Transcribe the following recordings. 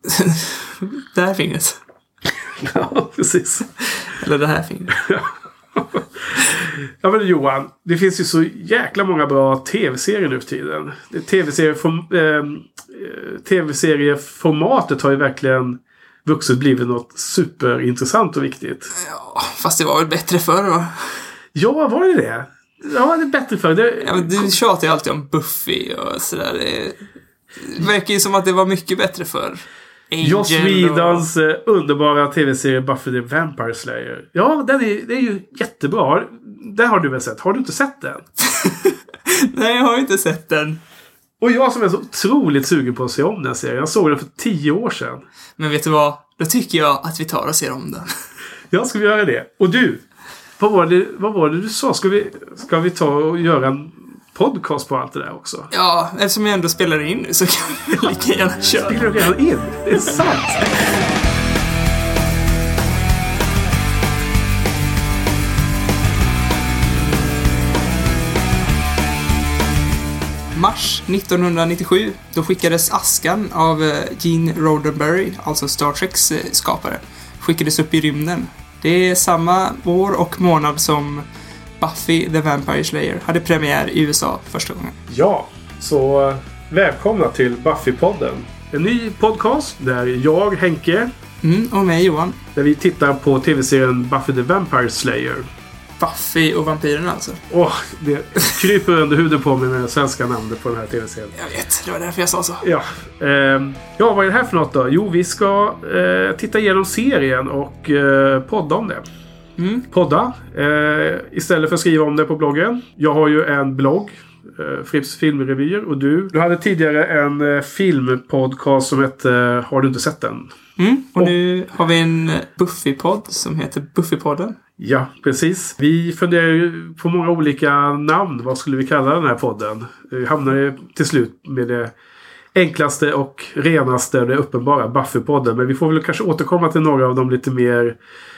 Det här fingret. Ja, precis. Eller det här fingret. Ja, men Johan, det finns ju så jäkla många bra tv-serier nu för tiden. Tv-serieformatet har ju verkligen vuxit blivit något superintressant och viktigt. Ja, fast det var väl bättre förr, va? Ja, var det? Ja, det är bättre förr. Ja, men du tjatar ju alltid om Buffy och sådär. Det verkar ju som att det var mycket bättre förr. Joss Whedons underbara tv-serie Buffy the Vampire Slayer. Ja, det är ju jättebra. Det har du väl sett? Har du inte sett den? Nej, jag har inte sett den. Och jag som är så otroligt sugen på att se om den serien. Jag såg den för 10 år sedan. Men vet du vad? Då tycker jag att vi tar och ser om den. Ja, ska vi göra det? Och du, vad var det du sa? Ska vi ta och göra en podcast på allt det där också? Ja, eftersom jag ändå spelar in nu så kan vi lika gärna köra. Spelar du redan in? Det är sant! Mars 1997, då skickades askan av Gene Roddenberry, alltså Star Treks skapare, skickades upp i rymden. Det är samma år och månad som Buffy the Vampire Slayer hade premiär i USA första gången. Ja, så välkomna till Buffy-podden. En ny podcast där jag, Henke, och mig, Johan, där vi tittar på tv-serien Buffy the Vampire Slayer. Buffy och vampyren alltså. Det kryper under huden på mig med det svenska namnet på den här tv-serien. Jag vet, det var därför jag sa så. Ja, vad är det här för något då? Jo, vi ska titta igenom serien och podda om det. Podda. Istället för att skriva om det på bloggen. Jag har ju en blogg. Frips filmrevyer. Och du hade tidigare en filmpodcast som hette Har du inte sett den? Och nu har vi en Buffy-podd som heter Buffy-podden. Ja, precis. Vi funderar ju på många olika namn. Vad skulle vi kalla den här podden? Vi hamnade till slut med det enklaste och renaste och det uppenbara, Buffy-podden. Men vi får väl kanske återkomma till några av de lite mer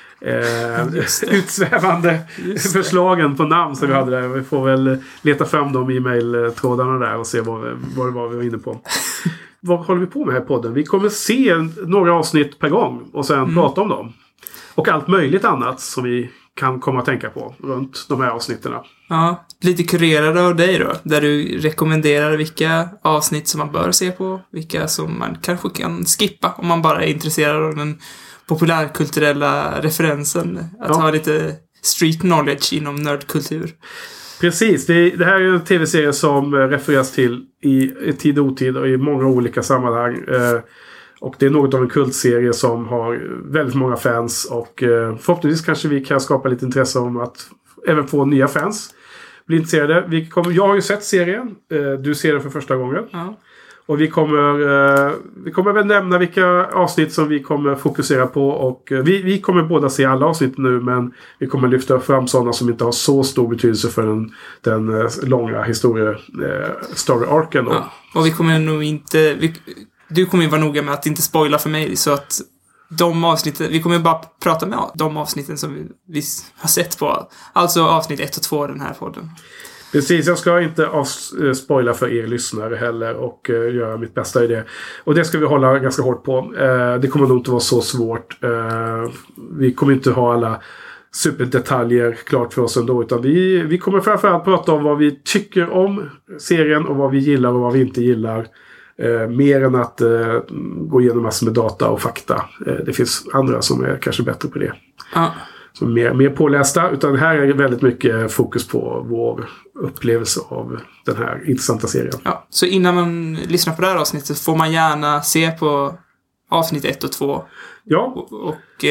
utsvävande förslagen på namn som vi hade där. Vi får väl leta fram dem i e-mailtrådarna där och se vad det var vi var inne på. Vad håller vi på med här podden? Vi kommer se några avsnitt per gång och sen prata om dem. Och allt möjligt annat som vi kan komma att tänka på runt de här avsnitten. Ja, lite kurerade av dig då. Där du rekommenderar vilka avsnitt som man bör se på. Vilka som man kanske kan skippa om man bara är intresserad av den populärkulturella referensen. Att ha lite street knowledge inom nördkultur. Precis, det här är en tv-serie som refereras till i tid och otid och i många olika sammanhang. Och det är något av en kultserie som har väldigt många fans. Och förhoppningsvis kanske vi kan skapa lite intresse om att även få nya fans bli intresserade. Jag har ju sett serien. Du ser den för första gången. Ja. Och vi kommer väl nämna vilka avsnitt som vi kommer fokusera på. Och vi kommer båda se alla avsnitt nu. Men vi kommer lyfta fram sådana som inte har så stor betydelse för den långa story-arken. Ja. Och vi kommer nog inte... Du kommer ju vara noga med att inte spoila för mig. Så att de avsnitten... Vi kommer bara prata med de avsnitten som vi har sett på. Alltså avsnitt 1 och 2 den här podden. Precis, jag ska inte spoila för er lyssnare heller och göra mitt bästa i det. Och det ska vi hålla ganska hårt på. Det kommer nog inte vara så svårt. Vi kommer inte ha alla superdetaljer klart för oss ändå. Utan vi kommer framförallt prata om vad vi tycker om serien och vad vi gillar och vad vi inte gillar. Mer än att gå igenom massor med data och fakta. Det finns andra som är kanske bättre på det. Ja. Som är mer pålästa. Utan här är väldigt mycket fokus på vår upplevelse av den här intressanta serien. Ja, så innan man lyssnar på det här avsnittet får man gärna se på avsnitt 1 och 2. Ja. Och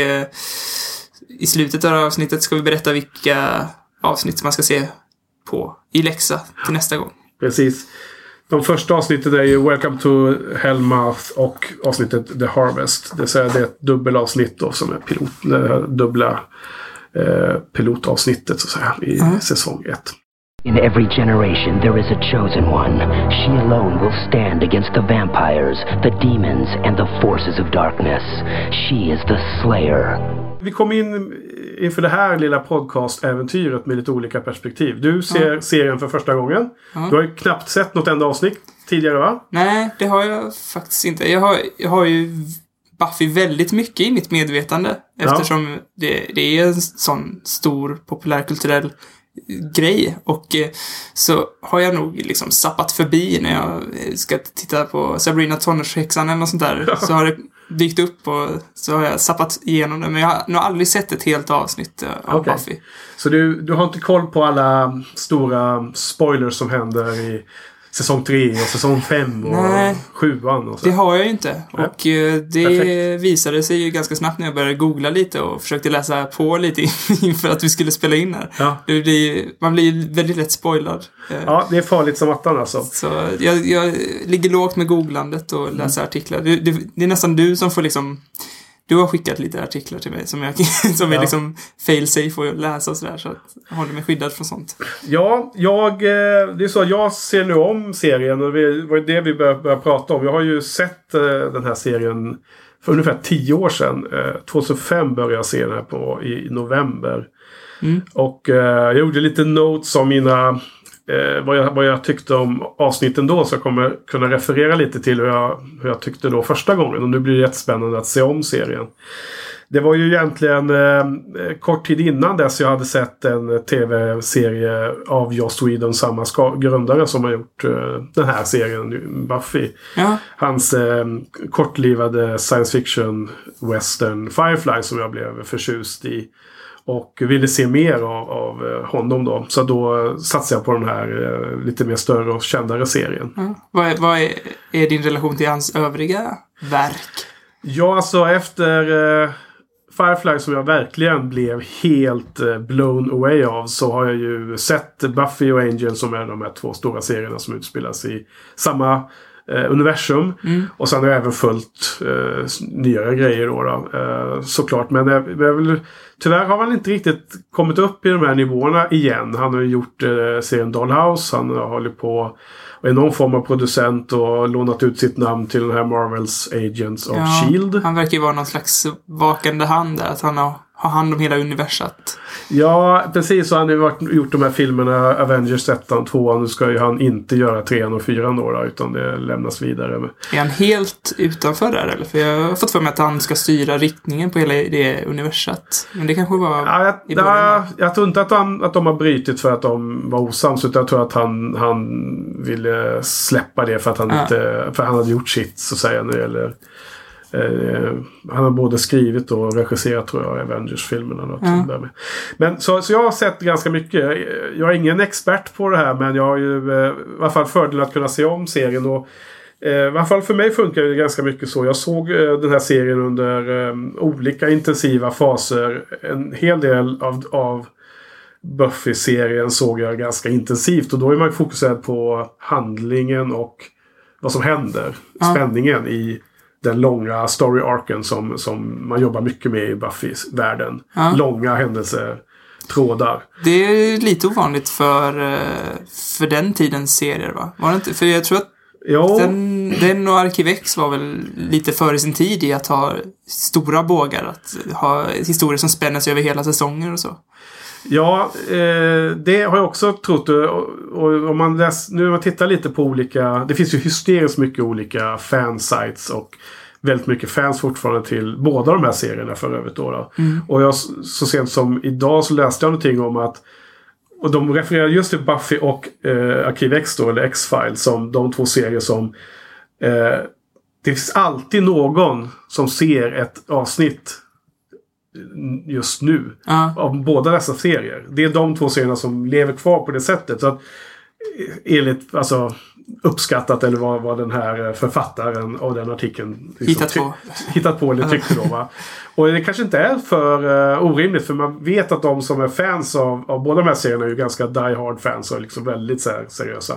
i slutet av avsnittet ska vi berätta vilka avsnitt man ska se på i läxa till nästa gång. Precis. De första avsnitten är ju Welcome to Hellmouth och avsnittet The Harvest. Det är ett dubbelavsnitt då, som är dubbla pilotavsnittet så att säga, i säsong 1. In every generation there is a chosen one. She alone will stand against the vampires, the demons and the forces of darkness. She is the Slayer. Vi kom in inför det här lilla podcast-äventyret med lite olika perspektiv. Du ser serien för första gången. Du har ju knappt sett något enda avsnitt tidigare, va? Nej, det har jag faktiskt inte. Jag har ju Buffy väldigt mycket i mitt medvetande. Eftersom det är en sån stor populärkulturell grej. Och så har jag nog liksom zappat förbi när jag ska titta på Sabrina tonårshäxan eller något sånt där. Så har det dykt upp och så har jag zappat igenom det. Men jag har nog aldrig sett ett helt avsnitt av Buffy. Så du har inte koll på alla stora spoilers som händer i säsong 3 och säsong 5 och 7an och så? Det har jag ju inte. Nej. Och det visade sig ju ganska snabbt när jag började googla lite och försökte läsa på lite inför att vi skulle spela in här. Ja. Man blir ju väldigt lätt spoilad. Ja, det är farligt som attan alltså. Så jag ligger lågt med googlandet och läser artiklar. Det är nästan du som får liksom... Du har skickat lite artiklar till mig som är liksom fail-safe att läsa och sådär, så att jag håller mig skyddad från sånt. Ja, det är så att jag ser nu om serien och det var det vi började prata om. Jag har ju sett den här serien för ungefär 10 år sedan. 2005 började jag se den här i november. Och jag gjorde lite notes om mina... vad jag tyckte om avsnitten då, så jag kommer kunna referera lite till hur jag tyckte då första gången. Och nu blir det jättespännande att se om serien. Det var ju egentligen kort tid innan dess jag hade sett en tv-serie av Joss Whedon, samma grundare som har gjort den här serien, Buffy. Ja. Hans kortlivade science fiction western Firefly som jag blev förtjust i. Och ville se mer av honom då. Så då satsade jag på den här lite mer större och kändare serien. Mm. Vad är din relation till hans övriga verk? Ja, alltså efter Firefly som jag verkligen blev helt blown away av, så har jag ju sett Buffy och Angel som är de här 2 stora serierna som utspelas i samma universum. Och sen har jag även följt nyare grejer då, såklart. Men tyvärr har han inte riktigt kommit upp i de här nivåerna igen. Han har ju gjort serien Dollhouse. Han har hållit på och är någon form av producent och lånat ut sitt namn till den här Marvels Agents of S.H.I.E.L.D. Han verkar ju vara någon slags vakande hand där. Att han har hand om hela universat. Ja, precis. Så han har gjort de här filmerna Avengers 1 och 2. Nu ska ju han inte göra 3 och 4 då, utan det lämnas vidare. Är han helt utanför där eller? För jag har fått för mig att han ska styra riktningen på hela det universat. Men det kanske var i början. Jag tror inte att de har brytit för att de var osams, utan jag tror att han ville släppa det för att han inte, för han hade gjort sitt, så att säga, när det gäller... han har både skrivit och regisserat, tror jag, Avengers-filmerna. Men så jag har sett ganska mycket. Jag är ingen expert på det här, men jag har ju i alla fall fördelen att kunna se om serien. Och i alla fall för mig funkar det ganska mycket så. Jag såg den här serien under olika intensiva faser. En hel del av Buffy-serien såg jag ganska intensivt. Och då är man fokuserad på handlingen och vad som händer. Spänningen i den långa story-arken som man jobbar mycket med i Buffy-världen. Långa händelsetrådar. Det är lite ovanligt för den tidens serier, va? Var det inte? För jag tror att den och Arkivex var väl lite före sin tid i att ha stora bågar. Att ha historier som spänner sig över hela säsonger och så. Ja, det har jag också trott. Och om man nu när man tittar lite på olika... Det finns ju hysteriskt mycket olika fansites och väldigt mycket fans fortfarande till båda de här serierna för övrigt då. Och jag, så sent som idag, så läste jag någonting om att... Och de refererar just till Buffy och Arkiv X då, eller X-Files, som de 2 serier som... det finns alltid någon som ser ett avsnitt just nu av båda dessa serier. Det är de 2 serierna som lever kvar på det sättet. Så att enligt, alltså, uppskattat, eller vad den här författaren av den artikeln hittat på eller tyckte då, va? Och det kanske inte är för orimligt, för man vet att de som är fans av båda de här serierna är ju ganska die-hard fans och är liksom väldigt så här, seriösa.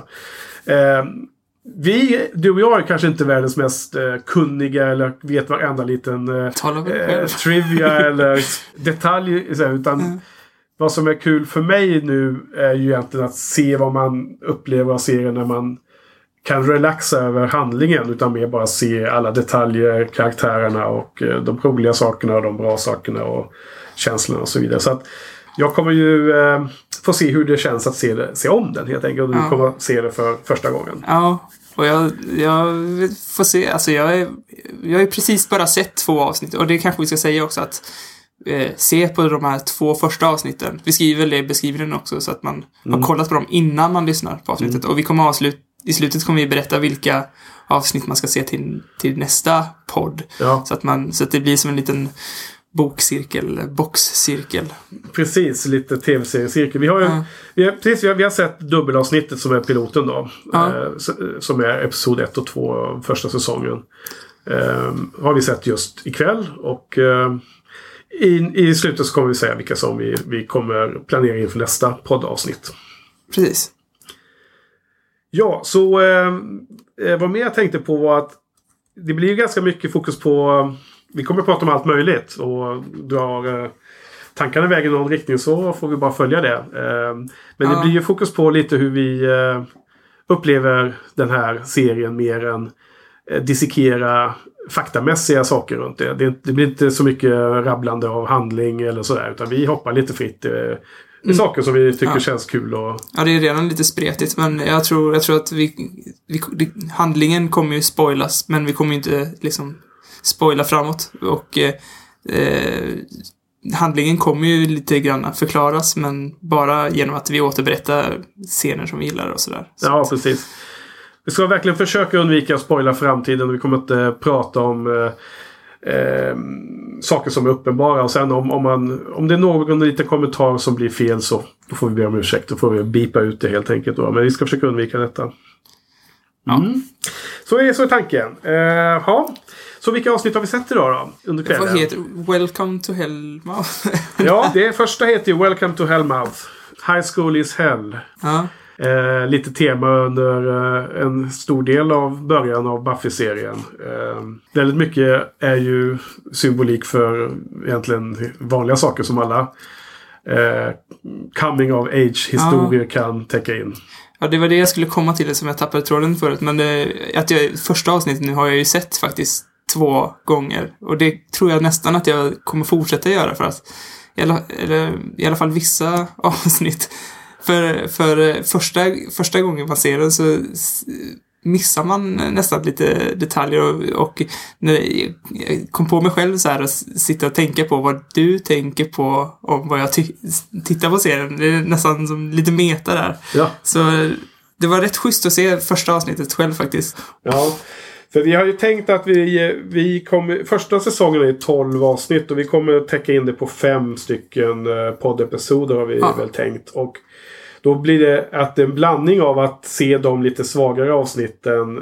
Du och jag är kanske inte världens mest kunniga eller vet varenda liten trivia eller detalj, utan vad som är kul för mig nu är ju egentligen att se vad man upplever av serien när man kan relaxa över handlingen, utan mer bara se alla detaljer, karaktärerna och de roliga sakerna och de bra sakerna och känslorna och så vidare. Så att jag kommer ju få se hur det känns att se om den helt enkelt. Och du kommer att se det för första gången. Ja, Och jag får se, alltså jag har ju precis bara sett 2 avsnitt, och det kanske vi ska säga också, att se på de här 2 första avsnitten. Vi skriver väl det i beskrivningen också, så att man har kollat på dem innan man lyssnar på avsnittet. Och vi kommer i slutet kommer vi berätta vilka avsnitt man ska se till nästa podd. Ja. Så att det blir som en liten boxcirkel. Precis, lite tv-seriecirkel. Vi har sett dubbelavsnittet som är piloten då. Som är episod 1 och 2 av första säsongen. Har vi sett just ikväll. Och i slutet så kommer vi säga vilka som vi kommer planera inför nästa poddavsnitt. Precis. Ja, så vad mer jag tänkte på var att det blir ganska mycket fokus på... Vi kommer att prata om allt möjligt, och drar tankarna iväg i någon riktning så får vi bara följa det. Men det blir ju fokus på lite hur vi upplever den här serien mer än dissekera faktamässiga saker runt det. Det blir inte så mycket rabblande av handling eller sådär, utan vi hoppar lite fritt i saker som vi tycker känns kul. Och... Ja, det är redan lite spretigt, men jag tror att handlingen kommer ju spoilas, men vi kommer ju inte liksom spoila framåt, och handlingen kommer ju lite grann förklaras, men bara genom att vi återberättar scener som vi gillar och sådär. Ja, precis. Vi ska verkligen försöka undvika att spoila framtiden, och vi kommer inte prata om saker som är uppenbara, och sen om det är någon liten kommentar som blir fel, så då får vi be om ursäkt, då får vi bipa ut det helt enkelt då. Men vi ska försöka undvika detta. Så är tanken. Så vilka avsnitt har vi sett idag då? Under kvällen? Vad heter Welcome to Hellmouth? Ja, det första heter ju Welcome to Hellmouth. High School is Hell. Ja. Lite tema under en stor del av början av Buffy-serien. Väldigt mycket är ju symbolik för egentligen vanliga saker som alla coming of age-historier kan täcka in. Ja, det var det jag skulle komma till, som jag tappade tråden förut. Men första avsnittet nu har jag ju sett faktiskt 2 gånger. Och det tror jag nästan att jag kommer fortsätta göra, för att eller i alla fall vissa avsnitt. För första gången man ser den så missar man nästan lite detaljer, och när jag kom på mig själv så här och sitta och tänka på vad du tänker på om vad jag tittar på serien. Det är nästan som lite meta där. Ja. Så det var rätt schysst att se första avsnittet själv faktiskt. Ja, för vi har ju tänkt att vi kommer... Första säsongen är 12 avsnitt, och vi kommer täcka in det på 5 stycken poddepisoder har vi väl tänkt. Och då blir det att en blandning av att se de lite svagare avsnitten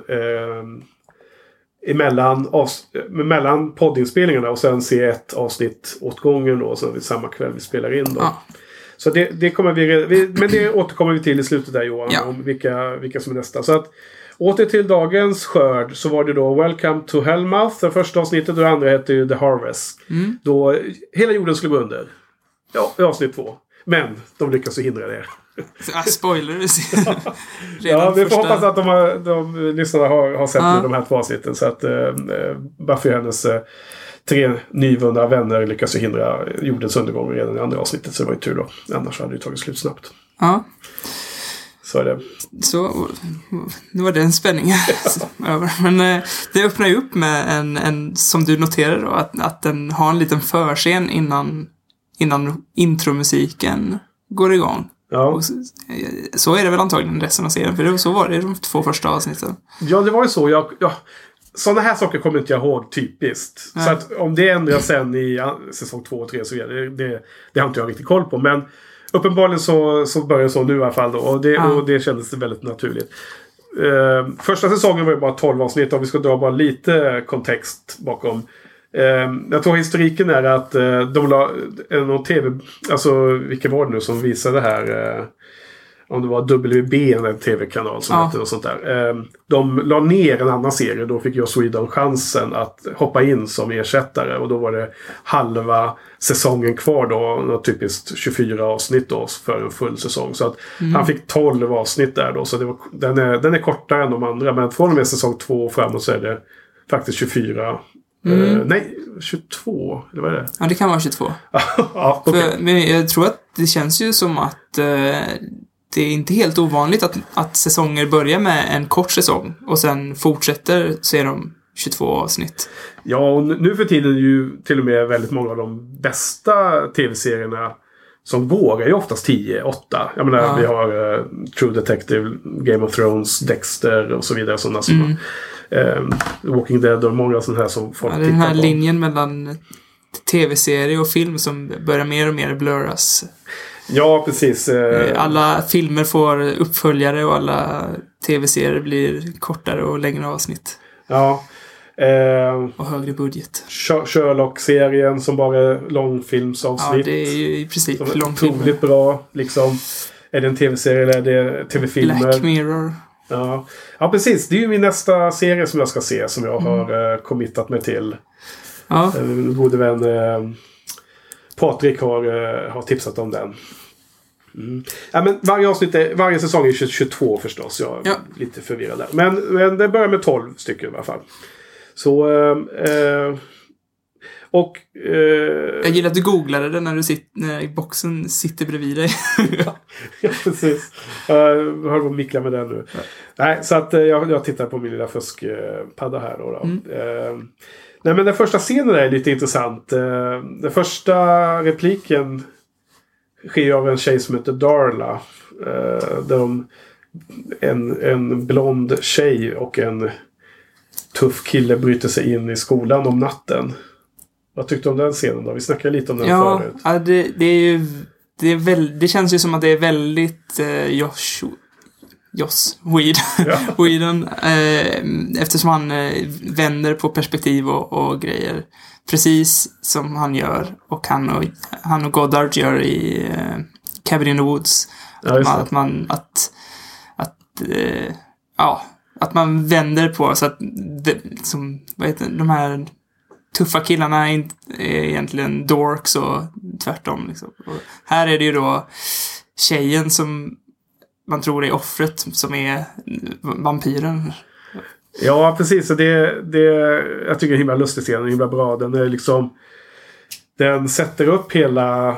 mellan poddinspelningarna, och sen se ett avsnitt åt gången då, så vid samma kväll vi spelar in då. Ja. Så det kommer men det återkommer vi till i slutet där, Johan, om vilka som är nästa. Så att åter till dagens skörd, så var det då Welcome to Hellmouth, det första avsnittet, och det andra heter ju The Harvest. Då hela jorden skulle gå under. Ja, i avsnitt 2. Men de lyckas ju hindra det. Spoilers. Ja, vi får hoppas att de lyssnarna har sett de här 2 avsnitten, så att Buffy och hennes 3 nyvunna vänner lyckas ju hindra jordens undergång redan i andra avsnittet, så det var ju tur då. Annars hade det tagit slut snabbt. Ja. Så är det. Så det var den spänningen över. Men det öppnar ju upp med en som du noterade då, att den har en liten förscen innan intromusiken går igång. Ja. Och så är det väl antagligen resten av serien, för så var det de 2 första avsnitten. Ja, det var ju så. Sådana här saker kommer inte jag ihåg typiskt. Nej. Så att om det ändras sen i säsong 2 och 3 så det har inte jag riktigt koll på. Men uppenbarligen så börjar det så nu i alla fall då, och det kändes väldigt naturligt. Första säsongen var ju bara 12 avsnitt, och vi ska dra bara lite kontext bakom. Jag tror historiken är att de la någon tv, alltså vilka var det nu som visade det här, om det var WB, en tv-kanal som hette och sånt där. De la ner en annan serie, då fick Joss Whedon chansen att hoppa in som ersättare, och då var det halva säsongen kvar då, typiskt 24 avsnitt då för en full säsong, så att han fick 12 avsnitt där då, så den är kortare än de andra, men från och med säsong 2 framåt så är det faktiskt 24. Nej, 22. Eller vad är det? Ja, det kan vara 22. Ja, okay. Men jag tror att det känns ju som att det är inte helt ovanligt att säsonger börjar med en kort säsong och sen fortsätter så är de 22 avsnitt. Ja, och nu för tiden är ju till och med väldigt många av de bästa tv-serierna som går är ju oftast 10-8. Jag menar, vi har True Detective, Game of Thrones, Dexter och så vidare. Sådana som Walking Dead och många sådana här som folk tittar på. Den här linjen mellan tv-serie och film som börjar mer och mer blurras. Ja, precis. Alla filmer får uppföljare och alla tv-serier blir kortare och längre avsnitt. Ja. Och högre budget. Sherlock-serien som bara är långfilmsavsnitt. Ja, det är ju i princip långfilmer. Otroligt bra, liksom. Är det en tv-serie eller är det tv-filmer? Black Mirror. Ja, precis. Det är ju min nästa serie som jag ska se, som jag har committat mig till. Ja. Min gode vän Patrik har tipsat om den. Ja, men varje säsong är 22 förstås. Jag är lite förvirrad där. Men det börjar med 12 stycken i alla fall. Så jag gillar att du googlade det när boxen sitter bredvid dig. Ja, precis. Jag har att mickla med den nu. Ja. Nej, så att jag tittar på min lilla fuskpadda här då. Nej, men den första scenen är lite intressant. Den första repliken sker av en tjej som heter Darla. Där en blond tjej och en tuff kille bryter sig in i skolan om natten. Vad tyckte du om den scenen då? Vi snackade lite om den förut. Ja, det är ju det känns ju som att det är väldigt Joss Whedon eftersom han vänder på perspektiv och grejer precis som han gör och han och Goddard gör i Cabin in the Woods. Att man vänder på så att de här tuffa killarna är egentligen dorks och tvärtom liksom. Och här är det ju då tjejen som man tror är offret som är vampyren. Ja, precis. Så jag tycker det är himla lustig scen, himla bra. Den är liksom den sätter upp hela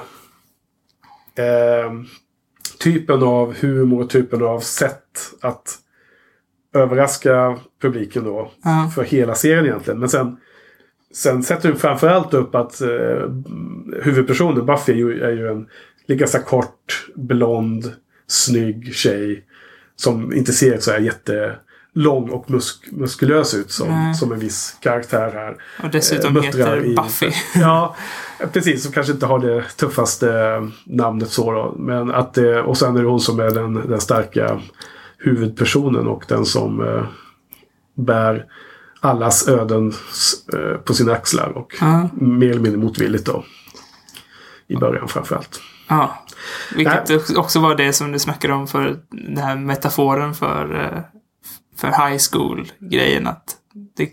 typen av humor och typen av sätt att överraska publiken då för hela serien egentligen. Men sen sätter du framförallt upp att huvudpersonen Buffy är ju en ganska kort, blond, snygg tjej som inte ser så här jättelång och muskulös ut som en viss karaktär här. Och dessutom heter Buffy. Ja, precis. Som kanske inte har det tuffaste namnet så då. Men och sen är det hon som är den starka huvudpersonen och den som bär allas öden på sina axlar och mer eller mindre motvilligt då. I början framförallt. Ja, vilket också var det som du snackade om för den här metaforen för high school-grejen att det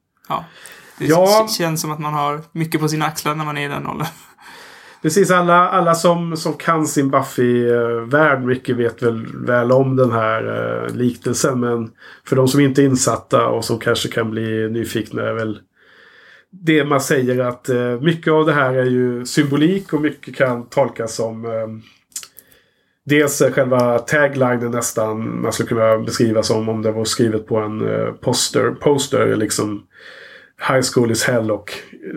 känns som att man har mycket på sina axlar när man är i den åldern. Precis, alla som kan sin Buffy-värld mycket vet väl om den här liknelsen, men för de som inte är insatta och som kanske kan bli nyfikna är väl det man säger att mycket av det här är ju symbolik och mycket kan tolkas som dels själva taglinen nästan man skulle kunna beskriva som om det var skrivet på en poster liksom high school is hell och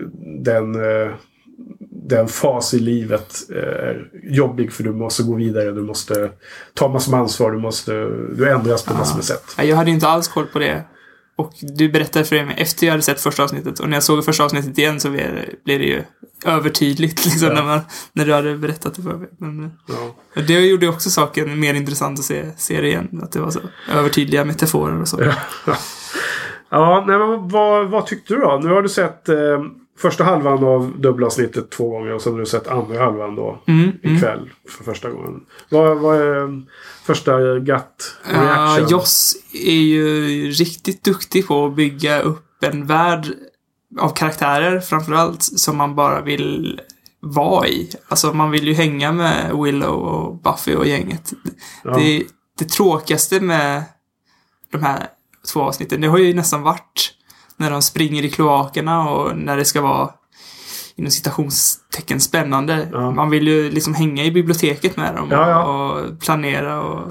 den fas i livet är jobbig för du måste gå vidare, du måste ta massor med ansvar, du ändras på massor med sätt. Jag hade inte alls koll på det. Och du berättade för mig efter jag hade sett första avsnittet. Och när jag såg första avsnittet igen så blev det ju övertydligt liksom, när du hade berättat det för mig. Men, det gjorde också saken mer intressant att se det igen. Att det var så övertydliga metaforer och så. Ja, men vad tyckte du då? Nu har du sett första halvan av dubbelavsnittet 2 gånger och så har du sett andra halvan då ikväll för första gången. Vad är första gut reaction? Joss är ju riktigt duktig på att bygga upp en värld av karaktärer framförallt som man bara vill vara i. Alltså man vill ju hänga med Willow och Buffy och gänget. Ja. Det tråkigaste med de här 2 avsnitten, det har ju nästan varit när de springer i kloakerna och när det ska vara inom citationstecken spännande. Man vill ju liksom hänga i biblioteket med dem och planera och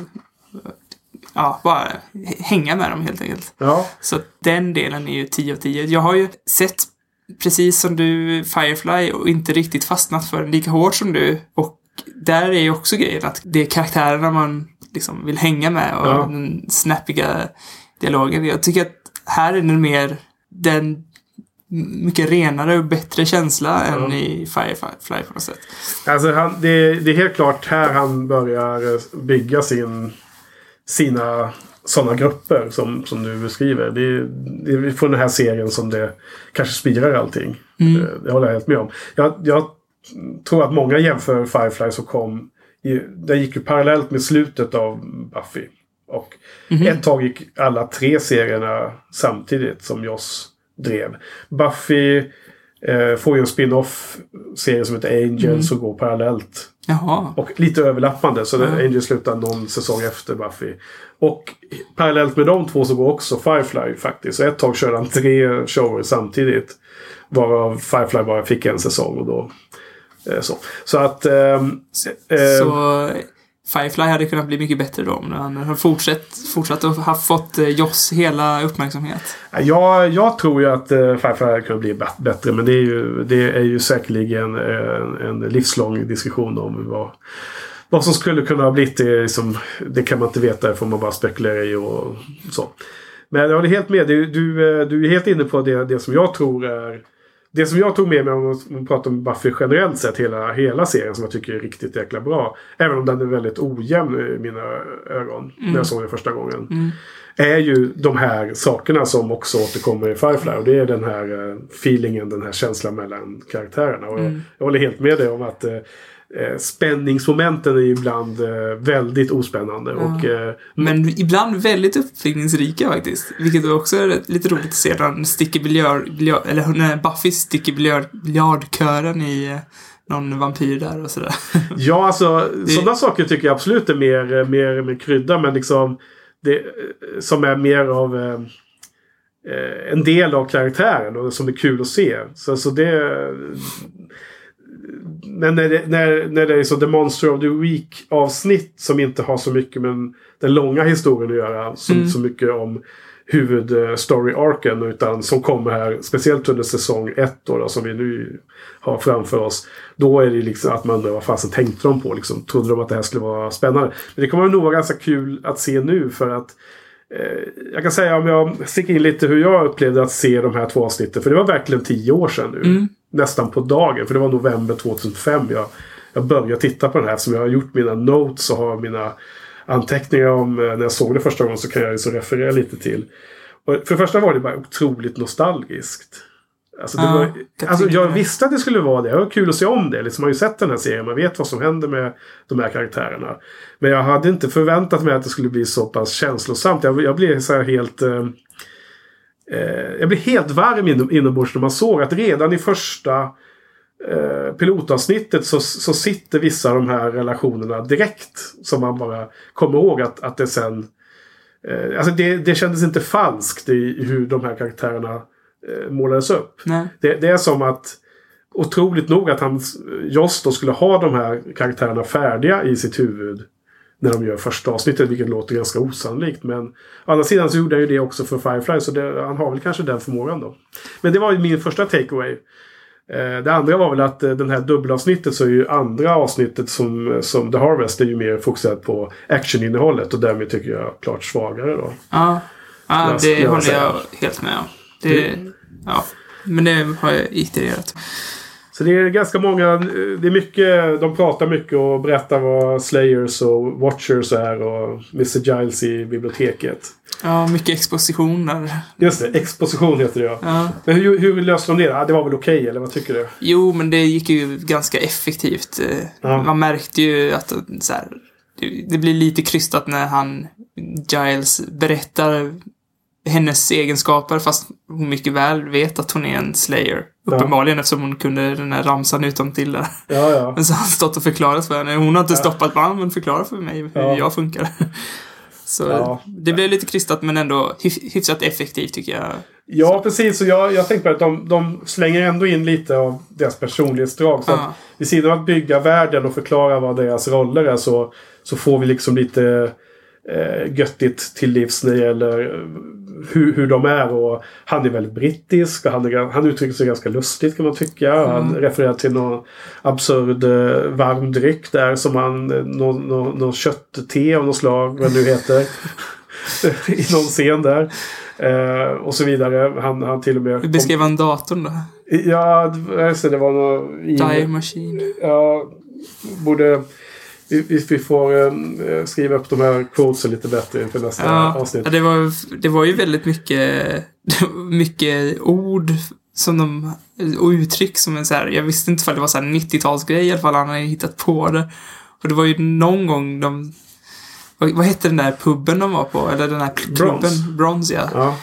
bara hänga med dem helt enkelt. Ja. Så den delen är ju 10 av 10. Jag har ju sett, precis som du, Firefly och inte riktigt fastnat för den lika hårt som du. Och där är ju också grejen att det är karaktärerna man liksom vill hänga med och den snappiga dialogen. Jag tycker att här är den mer den mycket renare och bättre känsla än i Firefly på något sätt. Alltså det är helt klart här han börjar bygga sina sådana grupper som du beskriver. Det är från den här serien som det kanske spirar allting. Det håller jag helt med om. Jag tror att många jämför Firefly som kom den gick ju parallellt med slutet av Buffy. Och ett tag gick alla 3 serierna samtidigt som Joss drev. Buffy får ju en spin-off-serie som heter Angel som går parallellt. Jaha. Och lite överlappande. Så Angel slutar någon säsong efter Buffy. Och parallellt med de 2 så går också Firefly faktiskt. Så ett tag körde han 3 shower samtidigt. Varav Firefly bara fick en säsong och då så att så Firefly hade kunnat bli mycket bättre då om han har fortsatt och har fått Joss hela uppmärksamhet. Jag tror ju att Firefly hade kunnat bli bättre, men det är ju säkerligen en livslång diskussion om vad som skulle kunna ha blivit det kan man inte veta, det får man bara spekulera i och så. Men jag håller helt med, du är helt inne på det som jag tror är det som jag tog med mig om man pratar om Buffy generellt sett, hela serien som jag tycker är riktigt jäkla bra. Även om den är väldigt ojämn i mina ögon när jag såg den första gången. Är ju de här sakerna som också återkommer i Firefly. Och det är den här feelingen, den här känslan mellan karaktärerna. Och jag håller helt med dig om att spänningsmomenten är ibland väldigt ospännande. Och, men ibland väldigt uppfinningsrika faktiskt. Vilket också är lite roligt att se när Buffy sticker biljardkören i någon vampyr där och sådär. Ja, alltså sådana saker tycker jag absolut är mer krydda, men liksom det som är mer av en del av karaktären och som är kul att se. Så det. Men när det är så The Monster of the Week avsnitt som inte har så mycket med den långa historien att göra, så mycket om huvudstory-arken, utan som kommer här speciellt under säsong 1 då, som vi nu har framför oss, då är det liksom att man undrar vad fasen tänkte de på, liksom, trodde de att det här skulle vara spännande. Men det kommer nog vara ganska kul att se nu, för att jag kan säga, om jag sticker in lite hur jag upplevde att se de här 2 avsnitten, för det var verkligen 10 år sedan nu. Nästan på dagen, för det var november 2005 jag började titta på den här, som jag har gjort mina notes och har mina anteckningar om när jag såg det första gången, så kan jag ju så referera lite till. Och för det första var det bara otroligt nostalgiskt. Alltså, jag visste att det skulle vara det. Det var kul att se om det. Liksom, man har ju sett den här serien, man vet vad som händer med de här karaktärerna. Men jag hade inte förväntat mig att det skulle bli så pass känslosamt. Jag blev så här helt jag blev helt varm inombords när man såg att redan i första pilotavsnittet så sitter vissa av de här relationerna direkt, som man bara kommer ihåg att det sen alltså det kändes inte falskt i hur de här karaktärerna målades upp. Det är som att otroligt nog att Joss då skulle ha de här karaktärerna färdiga i sitt huvud när de gör första avsnittet, vilket låter ganska osannolikt. Men å andra sidan så gjorde han ju det också för Firefly, så han har väl kanske den förmågan då. Men det var ju min första takeaway. Det andra var väl att den här dubbelavsnittet, så är ju andra avsnittet som The Harvest är ju mer fokuserat på actioninnehållet, och därmed tycker jag klart svagare då. Ja, det håller jag helt med om. Men det har jag itererat. Så det är ganska många, det är mycket, de pratar mycket och berättar vad Slayers och Watchers är och Mr. Giles i biblioteket. Ja, mycket exposition där. Just det, exposition heter det, ja. Men hur löste de det? Det var väl okej, eller vad tycker du? Jo, men det gick ju ganska effektivt. Man märkte ju att så här, det blir lite krystat när Giles berättar hennes egenskaper, fast hon mycket väl vet att hon är en Slayer. Uppenbarligen, eftersom hon kunde den här ramsan utom till där. Ja. Men så har han stått och förklarat för henne. Hon har inte stoppat, men förklara för mig hur jag funkar. Så det blev lite krystat, men ändå hyfsat effektivt tycker jag. Ja, precis. Och jag tänkte på att de slänger ändå in lite av deras personlighetsdrag. Så att vid sidan av att bygga världen och förklara vad deras roller är så får vi liksom lite göttigt till livs när det gäller hur de är. Och han är väldigt brittisk och han uttrycker sig ganska lustigt kan man tycka. Han refererar till någon absurd varm dryck där som någon köttte av något slag, vad det nu heter. I någon scen där. Och så vidare. Han till och med... Beskrev han datorn då? Ja, det var någon... Die Machine. Ja, borde... Vi får skriva upp de här quotesen lite bättre inför nästa avsnitt. Ja, det var ju väldigt mycket ord som och uttryck som en så här, jag visste inte om det var så här 90-talsgrej i alla fall, han hade hittat på det. Och det var ju någon gång vad hette den där puben de var på? Eller den här klubben? Bronze, ja.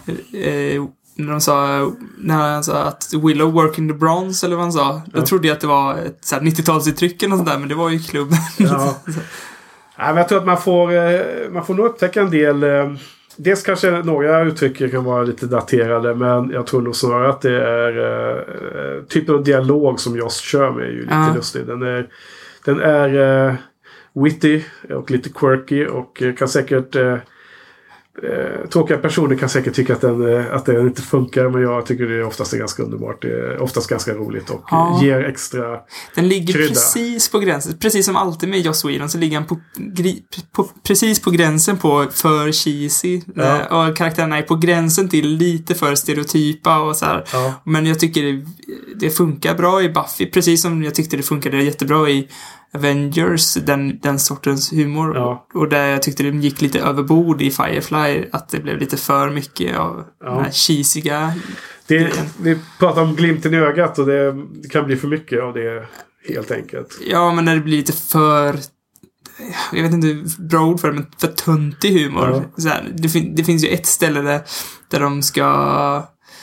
När han sa att Willow work in the bronze eller vad han sa. Då trodde jag att det var ett 90-talsuttryck eller sånt där, men det var ju klubben. Ja. Men jag tror att man får nog upptäcka en del. Dels kanske några uttryck kan vara lite daterade, men jag tror nog snarare att det är typen av dialog som Joss kör med är ju lite lustig. Den är witty och lite quirky och kan säkert tråkiga personer kan säkert tycka att den inte funkar, men jag tycker det oftast är ganska underbart. Det är oftast ganska roligt och ger extra den ligger krydda. Precis på gränsen. Precis som alltid med Joss Whedon så ligger han precis på gränsen på för cheesy. Och karaktärerna är på gränsen till lite för stereotypa och så här. Men jag tycker det funkar bra i Buffy, precis som jag tyckte det funkade jättebra i Avengers, den sortens humor. Och där jag tyckte det gick lite överbord i Firefly, att det blev lite för mycket av den här cheesiga. Vi pratar om glimten i ögat och det kan bli för mycket av det helt enkelt. Ja, men när det blir lite för, jag vet inte bra ord för det, men för töntig humor. Så här, det finns ju ett ställe där de ska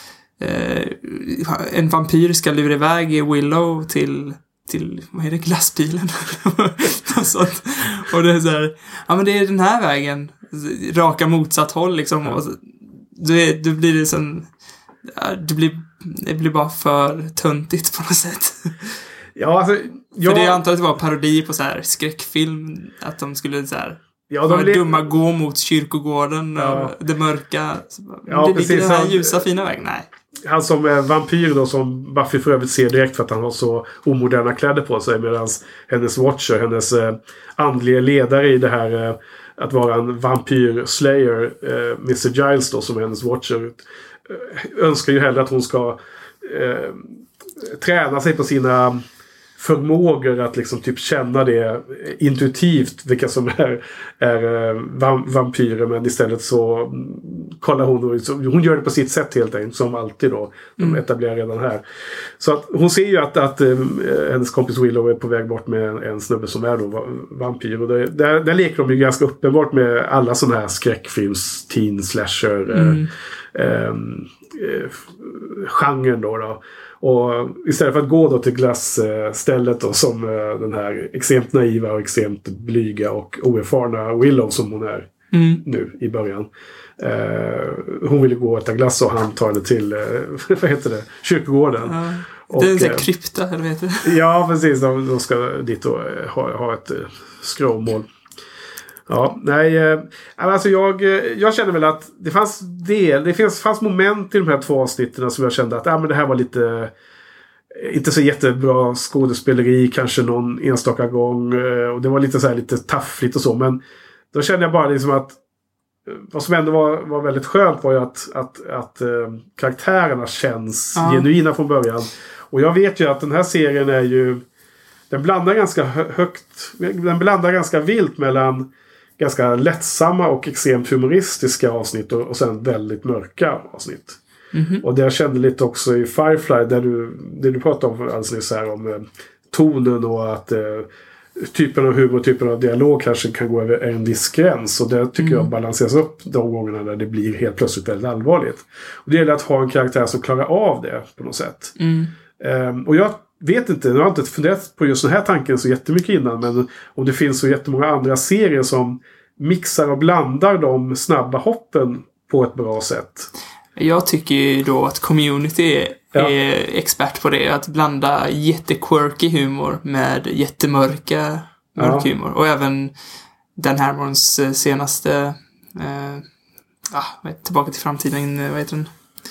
en vampyr ska lura iväg Willow till vad är det, glassbilen och sånt. Och det är så här, men det är den här vägen, raka motsatt håll liksom. Och då blir det sån, det blir bara för töntigt på något sätt. Ja, alltså för det antar att det var parodi på så här skräckfilm, att de skulle så här dumma gå mot kyrkogården och det mörka. Det ligger den här ljusa fina vägen. Nej. Han som är vampyr då, som Buffy för övrigt ser direkt för att han har så omoderna kläder på sig, medan hennes Watcher, hennes andliga ledare i det här att vara en vampyr-slayer, Mr. Giles då, som är hennes Watcher, önskar ju hellre att hon ska träna sig på sina förmågor att liksom typ känna det intuitivt vilka som är vampyrer, men istället så kollar hon gör det på sitt sätt helt enkelt, som alltid då de etablerar redan här. Så att hon ser ju att hennes kompis Willow är på väg bort med en snubbe som är då vampyr, och där leker de ju ganska uppenbart med alla sådana här skräckfilms teen slasher genren då. Och istället för att gå då till glassstället då, som den här extremt naiva och extremt blyga och oerfarna Willow som hon är nu i början. Hon ville gå och äta glass och han tar det till vad heter det? Kyrkogården. Det är en sån här krypta, eller vad heter det? Ja, precis. De ska dit och ha ett skråmål. Ja, nej. Alltså jag känner väl att det fanns moment i de här 2 avsnitten som jag kände att men det här var lite inte så jättebra skådespeleri, kanske någon enstaka gång, och det var lite så här lite taffligt och så, men då kände jag bara liksom att vad som ändå var väldigt skönt var ju att karaktärerna känns genuina från början. Och jag vet ju att den här serien är ju, den blandar ganska vilt mellan ganska lättsamma och extremt humoristiska avsnitt och sen väldigt mörka avsnitt. Och det jag kände lite också i Firefly, där du pratade om alldeles nyss här om tonen och att typen av humor och typen av dialog kanske kan gå över en viss gräns, och det tycker jag balanseras upp de gångerna där det blir helt plötsligt väldigt allvarligt. Och det gäller att ha en karaktär som klarar av det på något sätt. Och jag vet inte, jag har inte funderat på just den här tanken så jättemycket innan, men om det finns så jättemånga andra serier som mixar och blandar de snabba hoppen på ett bra sätt. Jag tycker ju då att Community är expert på det. Att blanda jättequirky humor med jättemörka humor. Och även Dan Harmons senaste Tillbaka till framtiden, vad heter den?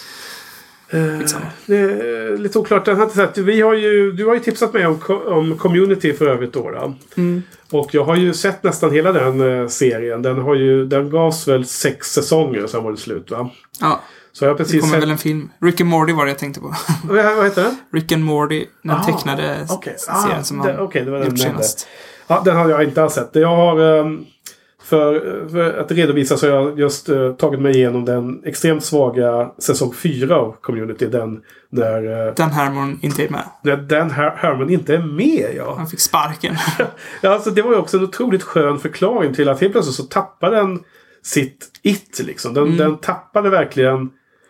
Det är lite oklart. Den har inte sett. Du har ju tipsat mig om Community för övrigt då. Och jag har ju sett nästan hela den serien. Den gavs väl 6 säsonger, sen var det slut, va? Ja. Så jag precis det kommer väl en film. Rick and Morty var det jag tänkte på. Vad heter den? Rick and Morty, den tecknade serien som han gjort senast. Ja, den har jag inte alls sett. Jag har... För att redovisa så har jag just tagit mig igenom den extremt svaga säsong 4 av Community. Den Harmon inte är med. När Dan Harmon inte är med, ja. Han fick sparken. Ja, alltså det var ju också en otroligt skön förklaring till att helt plötsligt så tappade den sitt liksom. Den tappade verkligen...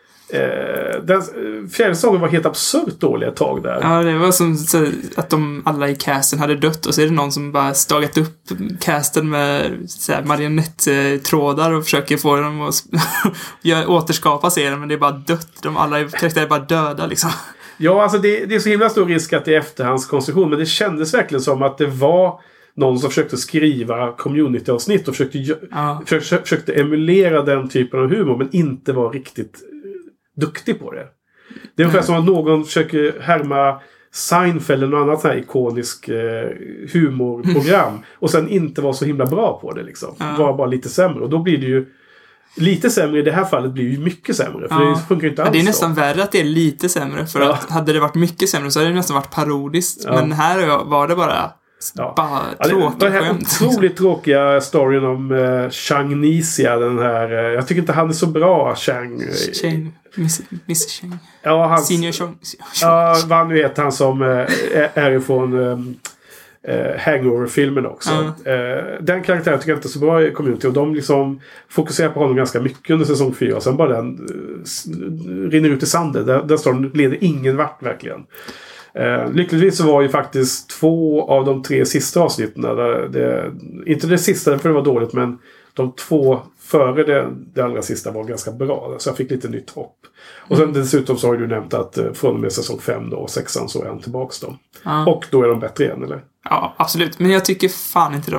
Den fjärde säsongen var helt absurt dålig ett tag där. Ja, det var som så, att de alla i casten hade dött och så är det någon som bara stagat upp casten med marionettrådar och försöker få dem att återskapa serien, men det är bara dött. Alla karaktärer är bara döda liksom. Ja, alltså det är så himla stor risk att det är efterhandskonstruktion, men det kändes verkligen som att det var någon som försökte skriva community-avsnitt och försökte emulera den typen av humor, men inte var riktigt duktig på det. Det är ungefär som att någon försöker härma Seinfeld eller något annat sån här ikonisk humorprogram och sen inte var så himla bra på det liksom. Var bara lite sämre. Och då blir det ju lite sämre i det här fallet blir ju mycket sämre. För det funkar inte alls. Det är nästan värre att det är lite sämre. För att hade det varit mycket sämre så hade det nästan varit parodiskt. Men här var det bara tråkigt. Den här otroligt tråkiga storyn om Chang Nisia, den här jag tycker inte han är så bra, Chang Miss Chang. Ja, Senior Chang. Ja, vad nu heter han som är ifrån Hangover-filmen också. Den karaktären tycker jag inte är så bra i Community och de liksom fokuserar på honom ganska mycket under säsong 4 och sen bara den rinner ut i sanden. Den storyn leder ingen vart verkligen. Lyckligtvis så var ju faktiskt 2 av de 3 sista avsnitten inte det sista för det var dåligt, men de 2 före det allra sista var ganska bra, så jag fick lite nytt hopp. Och sen dessutom så har du nämnt att från och med säsong 5 då, och 6an så är han tillbaks då. Och då är de bättre igen, eller? Ja, absolut. Men jag tycker fan inte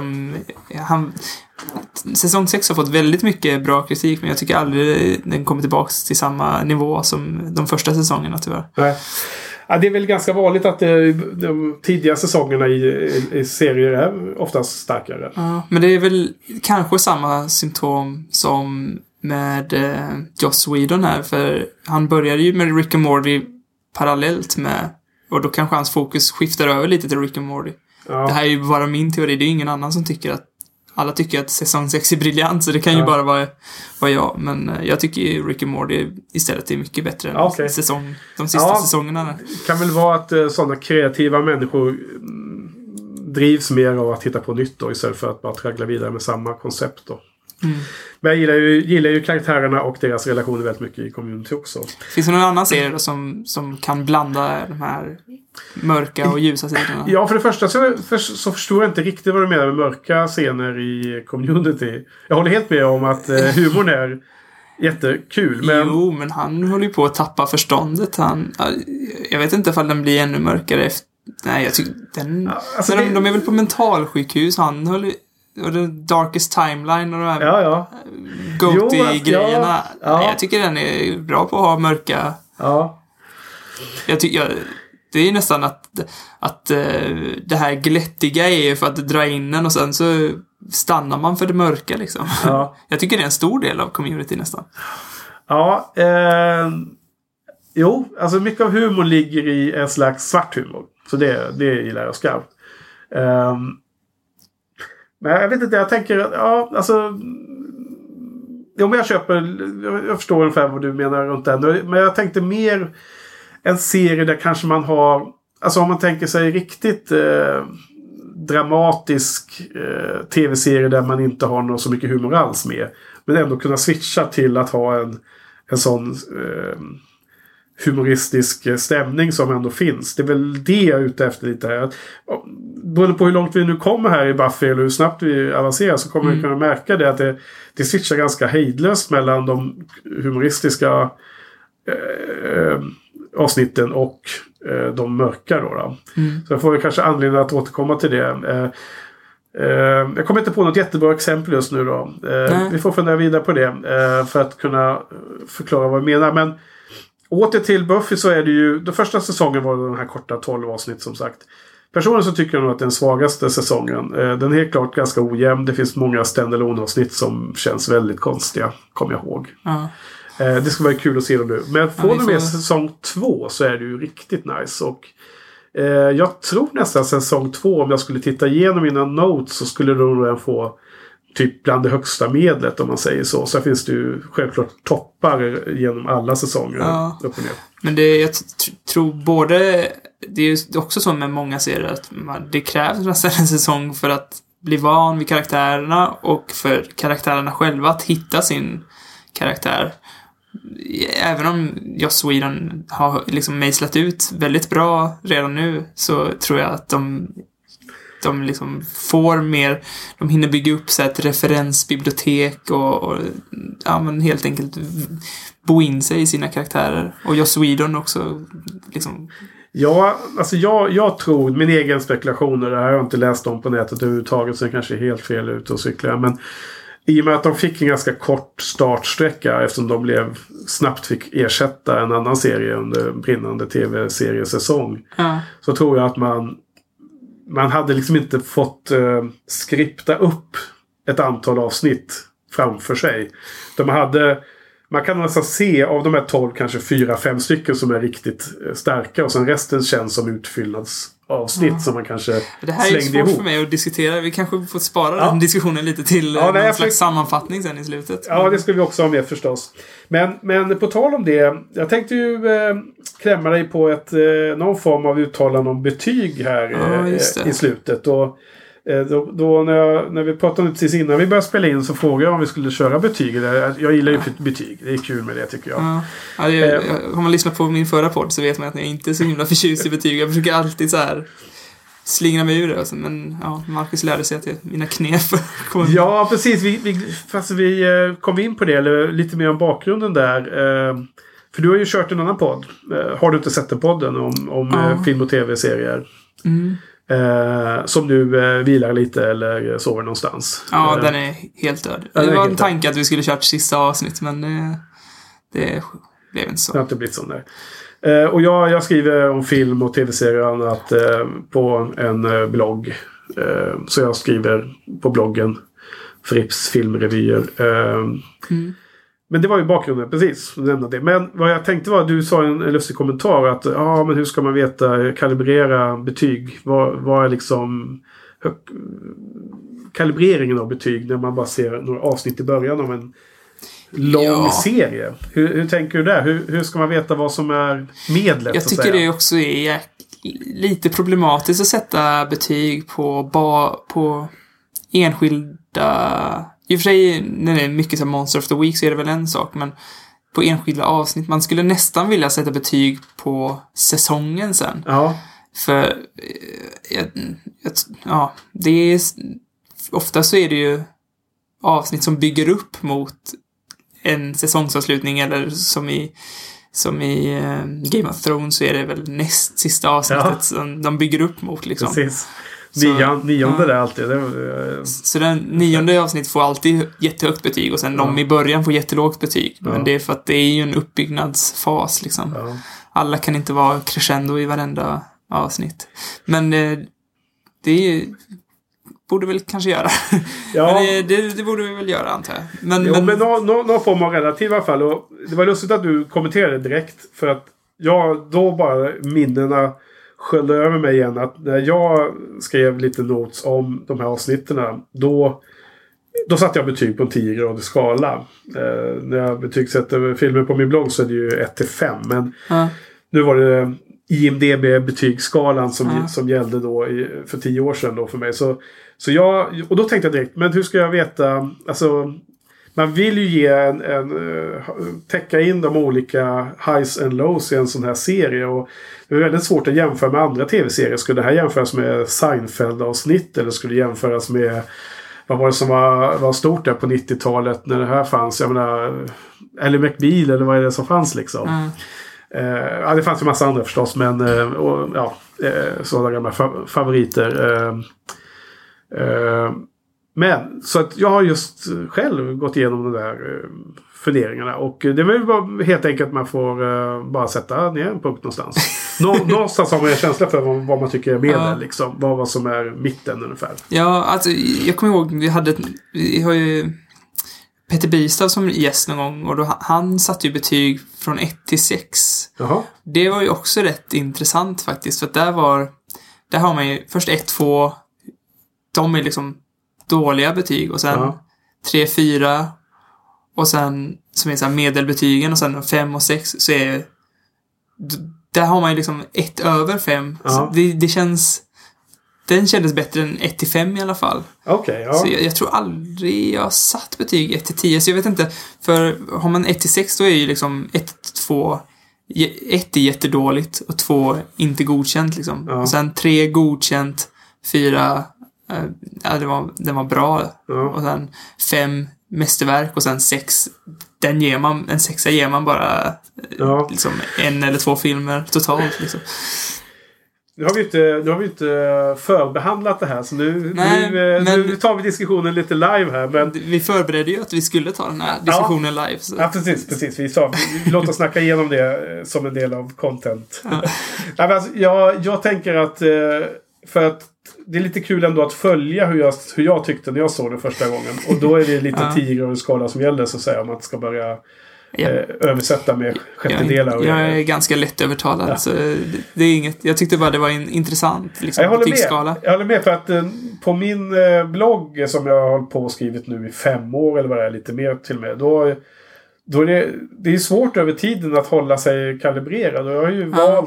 säsong 6 har fått väldigt mycket bra kritik, men jag tycker aldrig den kommer tillbaks till samma nivå som de första säsongerna tyvärr. Nej. Ja, det är väl ganska vanligt att de tidiga säsongerna i serier är oftast starkare. Ja, men det är väl kanske samma symptom som med Joss Whedon här. För han började ju med Rick and Morty parallellt med... Och då kanske hans fokus skiftar över lite till Rick and Morty. Ja. Det här är ju bara min teori. Det är ju ingen annan som tycker att... Alla tycker att säsong 6 är briljant, så det kan ju bara vara jag. Men jag tycker ju Rick and Morty istället är mycket bättre än de sista säsongerna. Det kan väl vara att sådana kreativa människor drivs mer av att hitta på nytt då, istället för att bara traggla vidare med samma koncept då. Men jag gillar ju karaktärerna och deras relationer väldigt mycket i Community också. Finns det någon annan serie då som kan blanda de här mörka och ljusa sidorna? Ja, för det första så förstår jag inte riktigt vad du menar med mörka scener i Community. Jag håller helt med om att humorn är jättekul. Men... Jo, men han håller ju på att tappa förståndet. Jag vet inte ifall den blir ännu mörkare efter... Nej, jag tycker den... Alltså de är väl på mentalsjukhus. Han håller... Och The Darkest Timeline och de här Goatee-grejerna. Ja. Jag tycker den är bra på att ha mörka... Ja. Jag tycker... Det är nästan att det här glättiga är för att dra in den och sen så stannar man för det mörka liksom. Ja. Jag tycker det är en stor del av Community nästan. Ja, jo, alltså mycket av humor ligger i en slags svart humor. Så det gillar jag skarpt. Men jag vet inte, jag tänker men jag förstår ungefär vad du menar runt den. Men jag tänkte mer en serie där kanske man har, alltså om man tänker sig riktigt dramatisk tv-serie där man inte har någon så mycket humor alls med, men ändå kunna switcha till att ha en sån humoristisk stämning som ändå finns. Det är väl det jag är ute efter lite här. Beroende på hur långt vi nu kommer här i Buffy eller hur snabbt vi avancerar, så kommer vi kunna märka det att det switchar ganska hejdlöst mellan de humoristiska avsnitten och de mörka då. Så jag får kanske anledning att återkomma till det. Jag kommer inte på något jättebra exempel just nu då. Vi får fundera vidare på det för att kunna förklara vad vi menar. Men åter till Buffy så är det ju... Den första säsongen var den här korta 12 avsnitt som sagt. Personligen så tycker jag nog att den svagaste säsongen. Den är helt klart ganska ojämn. Det finns många stand-alone-avsnitt som känns väldigt konstiga. Kommer jag ihåg. Det ska vara kul att se dem nu. Men får du med säsong 2 så är det ju riktigt nice. Och jag tror nästan säsong 2, om jag skulle titta igenom mina notes så skulle den få typ bland det högsta medlet om man säger så. Så finns det ju självklart toppar genom alla säsonger upp och ner. Men jag tror både... Det är ju också så med många serier att det krävs nästan en säsong för att bli van vid karaktärerna och för karaktärerna själva att hitta sin karaktär. Även om Joss Whedon har liksom mejslat ut väldigt bra redan nu så tror jag att de liksom får mer, de hinner bygga upp så ett referensbibliotek och men helt enkelt bo in sig i sina karaktärer. Och Joss Whedon också liksom... Ja, alltså jag tror, min egen spekulationer, det här har jag inte läst om på nätet överhuvudtaget så jag kanske är helt fel ute och cyklar, men i och med att de fick en ganska kort startsträcka eftersom de snabbt fick ersätta en annan serie under brinnande tv-seriesäsong så tror jag att man hade liksom inte fått skripta upp ett antal avsnitt framför sig. Man kan nästan se av de här 12 kanske 4-5 stycken som är riktigt starka och sen resten känns som utfyllnadsavsnitt som man kanske slängde ihop. Det här är svårt för mig att diskutera. Vi kanske får spara den diskussionen lite till någon slags sammanfattning sen i slutet. Ja, det ska vi också ha med förstås. Men på tal om det, jag tänkte ju klämma dig på någon form av uttalande om betyg här i slutet. Och då när vi pratade precis innan vi började spela in så frågade jag om vi skulle köra betyg. Jag gillar ju betyg. Det är kul med det tycker jag. Har man lyssnat på min förra podd så vet man att jag inte är så himla förtjust i betyg. Jag försöker alltid så här slingra mig ur det. Alltså. Men Marcus lärde sig att mina knep kommer. Ja, precis. Vi kom in på det. Eller lite mer om bakgrunden där. För du har ju kört en annan podd. Har du inte sett den podden om film- och tv-serier? Som nu vilar lite eller sover någonstans. Ja, den är helt död. Det var en tanke att vi skulle kört sista avsnitt, men det blev inte så. Det har inte blivit så där. Och jag skriver om film och tv-serier och annat på en blogg. Så jag skriver på bloggen Fripps filmrevyer. Men det var ju bakgrunden, precis. Det. Men vad jag tänkte var att du sa en lustig kommentar att men hur ska man veta, kalibrera betyg? Vad är liksom kalibreringen av betyg när man bara ser några avsnitt i början av en lång serie? Hur tänker du där? Hur ska man veta vad som är medlet? Jag tycker det också är lite problematiskt att sätta betyg på enskilda... I och för sig, när det är mycket som Monster of the Week så är det väl en sak, men på enskilda avsnitt, man skulle nästan vilja sätta betyg på säsongen sen. Ja. För det är ofta så är det ju avsnitt som bygger upp mot en säsongsavslutning, eller som i Game of Thrones så är det väl näst sista avsnittet som de bygger upp mot liksom. Precis. Nionde där alltid. Så den 9:e avsnitt får alltid jättehögt betyg och sen de i början får jättelågt betyg. Men det är för att det är ju en uppbyggnadsfas liksom. Alla kan inte vara crescendo i varenda avsnitt. Men det borde väl kanske göra. Men det borde vi väl göra, antar jag. Men någon form av relativ i alla fall. Och det var lustigt att du kommenterade direkt. För att jag då bara minnena sköljde över mig igen. Att när jag skrev lite notes om de här avsnitterna. Då satte jag betyg på en 10-gradig skala. När jag betygsätter filmer på min blogg så är det ju 1-5. Men nu var det IMDb-betygsskalan som gällde då för 10 år sedan då för mig. Så och då tänkte jag direkt, men hur ska jag veta, alltså man vill ju ge täcka in de olika highs and lows i en sån här serie, och det är väldigt svårt att jämföra med andra tv-serier. Skulle det här jämföras med Seinfeld-avsnitt, eller skulle det jämföras med vad var det som var stort där på 90-talet när det här fanns? Jag menar, eller McBeal eller vad är det som fanns liksom. Ja, det fanns ju massa andra förstås, men sådana gamla favoriter. Men så att jag har just själv gått igenom de där funderingarna, och det var ju bara helt enkelt att man får bara sätta ner en punkt någonstans. Någonstans har man en känsla för vad man tycker är medel, liksom. Vad som är mitten ungefär. Ja, alltså jag kommer ihåg vi har ju Peter Bistav som gäst någon gång, och då han satte ju betyg från 1 till 6. Jaha. Det var ju också rätt intressant faktiskt, för att där har man ju först 1, 2, de är liksom dåliga betyg, och sen 3, 4 och sen som är så här medelbetygen, och sen 5 och 6 så är där har man ju liksom 1 över 5. Så den kändes bättre än 1 till 5 i alla fall. Okej, ja. Så jag tror aldrig jag har satt betyg 1 till 10, så jag vet inte, för har man 1 till 6 då är ju liksom 1, 2 1 är jättedåligt och 2 inte godkänt liksom. Och sen 3 godkänt, 4 den var bra, och sen 5 mästerverk, och sen 6 en 6 ger man bara liksom 1 eller 2 filmer totalt liksom. Nu har vi inte förbehandlat det här, så nu tar vi diskussionen lite live här. Men vi förberedde ju att vi skulle ta den här diskussionen live. Så. Ja, precis. Vi låter oss snacka igenom det som en del av content. Nej, men alltså, jag tänker att för att det är lite kul ändå att följa hur jag tyckte när jag såg det första gången. Och då är det lite 10-gradig skala som gäller, så att säga, om man ska börja översätta med sjättedelar. Jag är ganska lätt övertalad, så det är inget. Jag tyckte bara det var en intressant liksom, betygsskala. Jag håller med, för att på min blogg som jag har hållit på och skrivit nu i 5 år eller vad det är, lite mer till och med, då är det är svårt över tiden att hålla sig kalibrerad, och jag har ju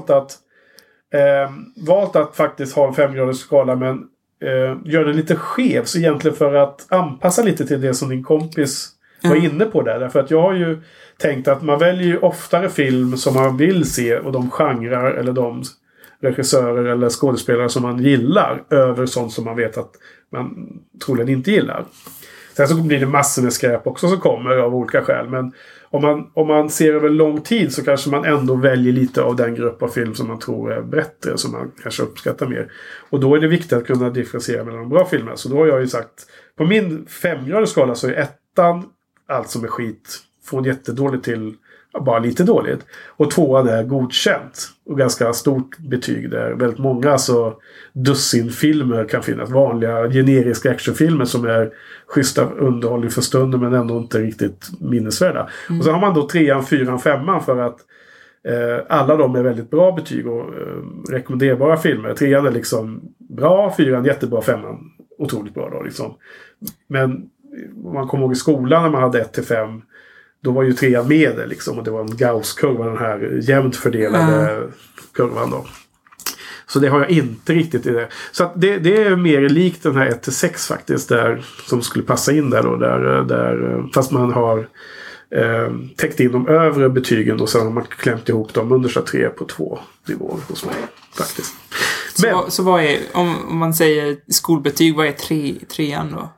valt att faktiskt ha en 5-gradig skala, men gör det lite skev, så egentligen för att anpassa lite till det som din kompis var inne på där. Därför att jag har ju tänkt att man väljer ju oftare film som man vill se, och de genrer eller de regissörer eller skådespelare som man gillar, över sånt som man vet att man troligen inte gillar. Sen så blir det massor med skräp också som kommer av olika skäl, men om man ser över lång tid så kanske man ändå väljer lite av den grupp av film som man tror är bättre, som man kanske uppskattar mer. Och då är det viktigt att kunna differentiera mellan de bra filmerna. Så då har jag ju sagt, på min 5-gradig skala så är 1:an allt som är skit, från jättedåligt till bara lite dåligt. Och 2:an är godkänt, och ganska stort betyg där. Väldigt många, alltså dussinfilmer kan finnas. Vanliga generiska actionfilmer som är schyssta underhållning för stunden, men ändå inte riktigt minnesvärda. Och så har man då 3:an, 4:an, 5:an, för att alla de är väldigt bra betyg och rekommenderbara filmer. 3:an är liksom bra, 4:an jättebra, 5:an otroligt bra då liksom. Men om man kommer ihåg i skolan när man hade 1 till 5, då var ju 3:an medel liksom, och det var en Gauss-kurva, den här jämnt fördelade kurvan då. Så det har jag inte riktigt i det. Så att det är mer likt den här 1 till 6 faktiskt, där, som skulle passa in där då, där fast man har täckt in de övre betygen, och sen har man klämt ihop dem under 3 på 2 nivåer hos mig faktiskt. Så vad är, om man säger skolbetyg, vad är 3:an då?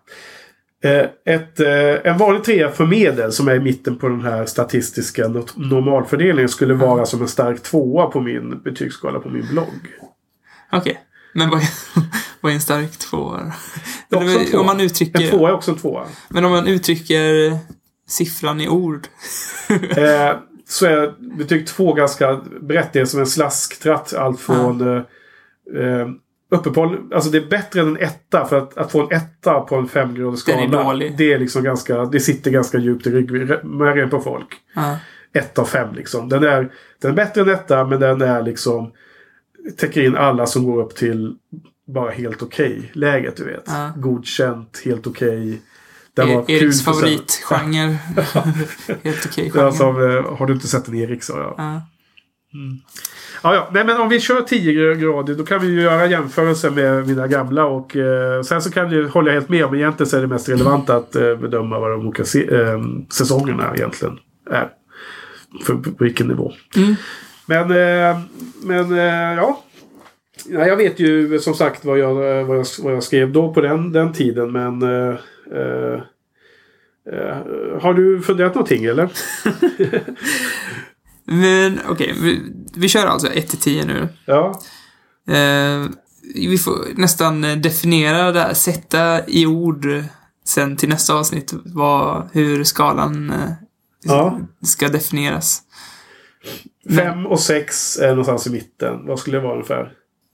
En vanlig 3 för medel, som är i mitten på den här statistiska normalfördelningen, skulle vara som en stark 2 på min betygsskala på min blogg. Okej. Men vad är en stark 2? Om man uttrycker... En 2 är också en 2. Men om man uttrycker siffran i ord? Så är betyg 2 ganska brett. Det är som en slasktratt. Allt från... uppe på, alltså det är bättre än en 1, för att få en 1 på en 5-gradig skala, det är liksom ganska, det sitter ganska djupt i ryggmärgen på folk. 1 av 5 liksom. Den är bättre än 1, men den är liksom, täcker in alla som går upp till bara helt okej läget, du vet. Godkänt, helt okej. Eriks favoritgenre. Helt okej genre. Alltså, har du inte sett en Erik, så ja. Ja. Nej, men om vi kör 10 grader, då kan vi ju göra jämförelser med mina gamla, och sen så kan jag hålla helt med om, egentligen så är det mest relevant att bedöma vad de olika säsongerna egentligen är på vilken nivå. Men ja, jag vet ju som sagt vad jag skrev då på den tiden, men Har du funderat någonting eller? Men okej, vi kör alltså 1-10 nu. Ja. Vi får nästan definiera det här, sätta i ord sen till nästa avsnitt hur skalan ska definieras. 5 och 6 är någonstans i mitten. Vad skulle det vara ungefär?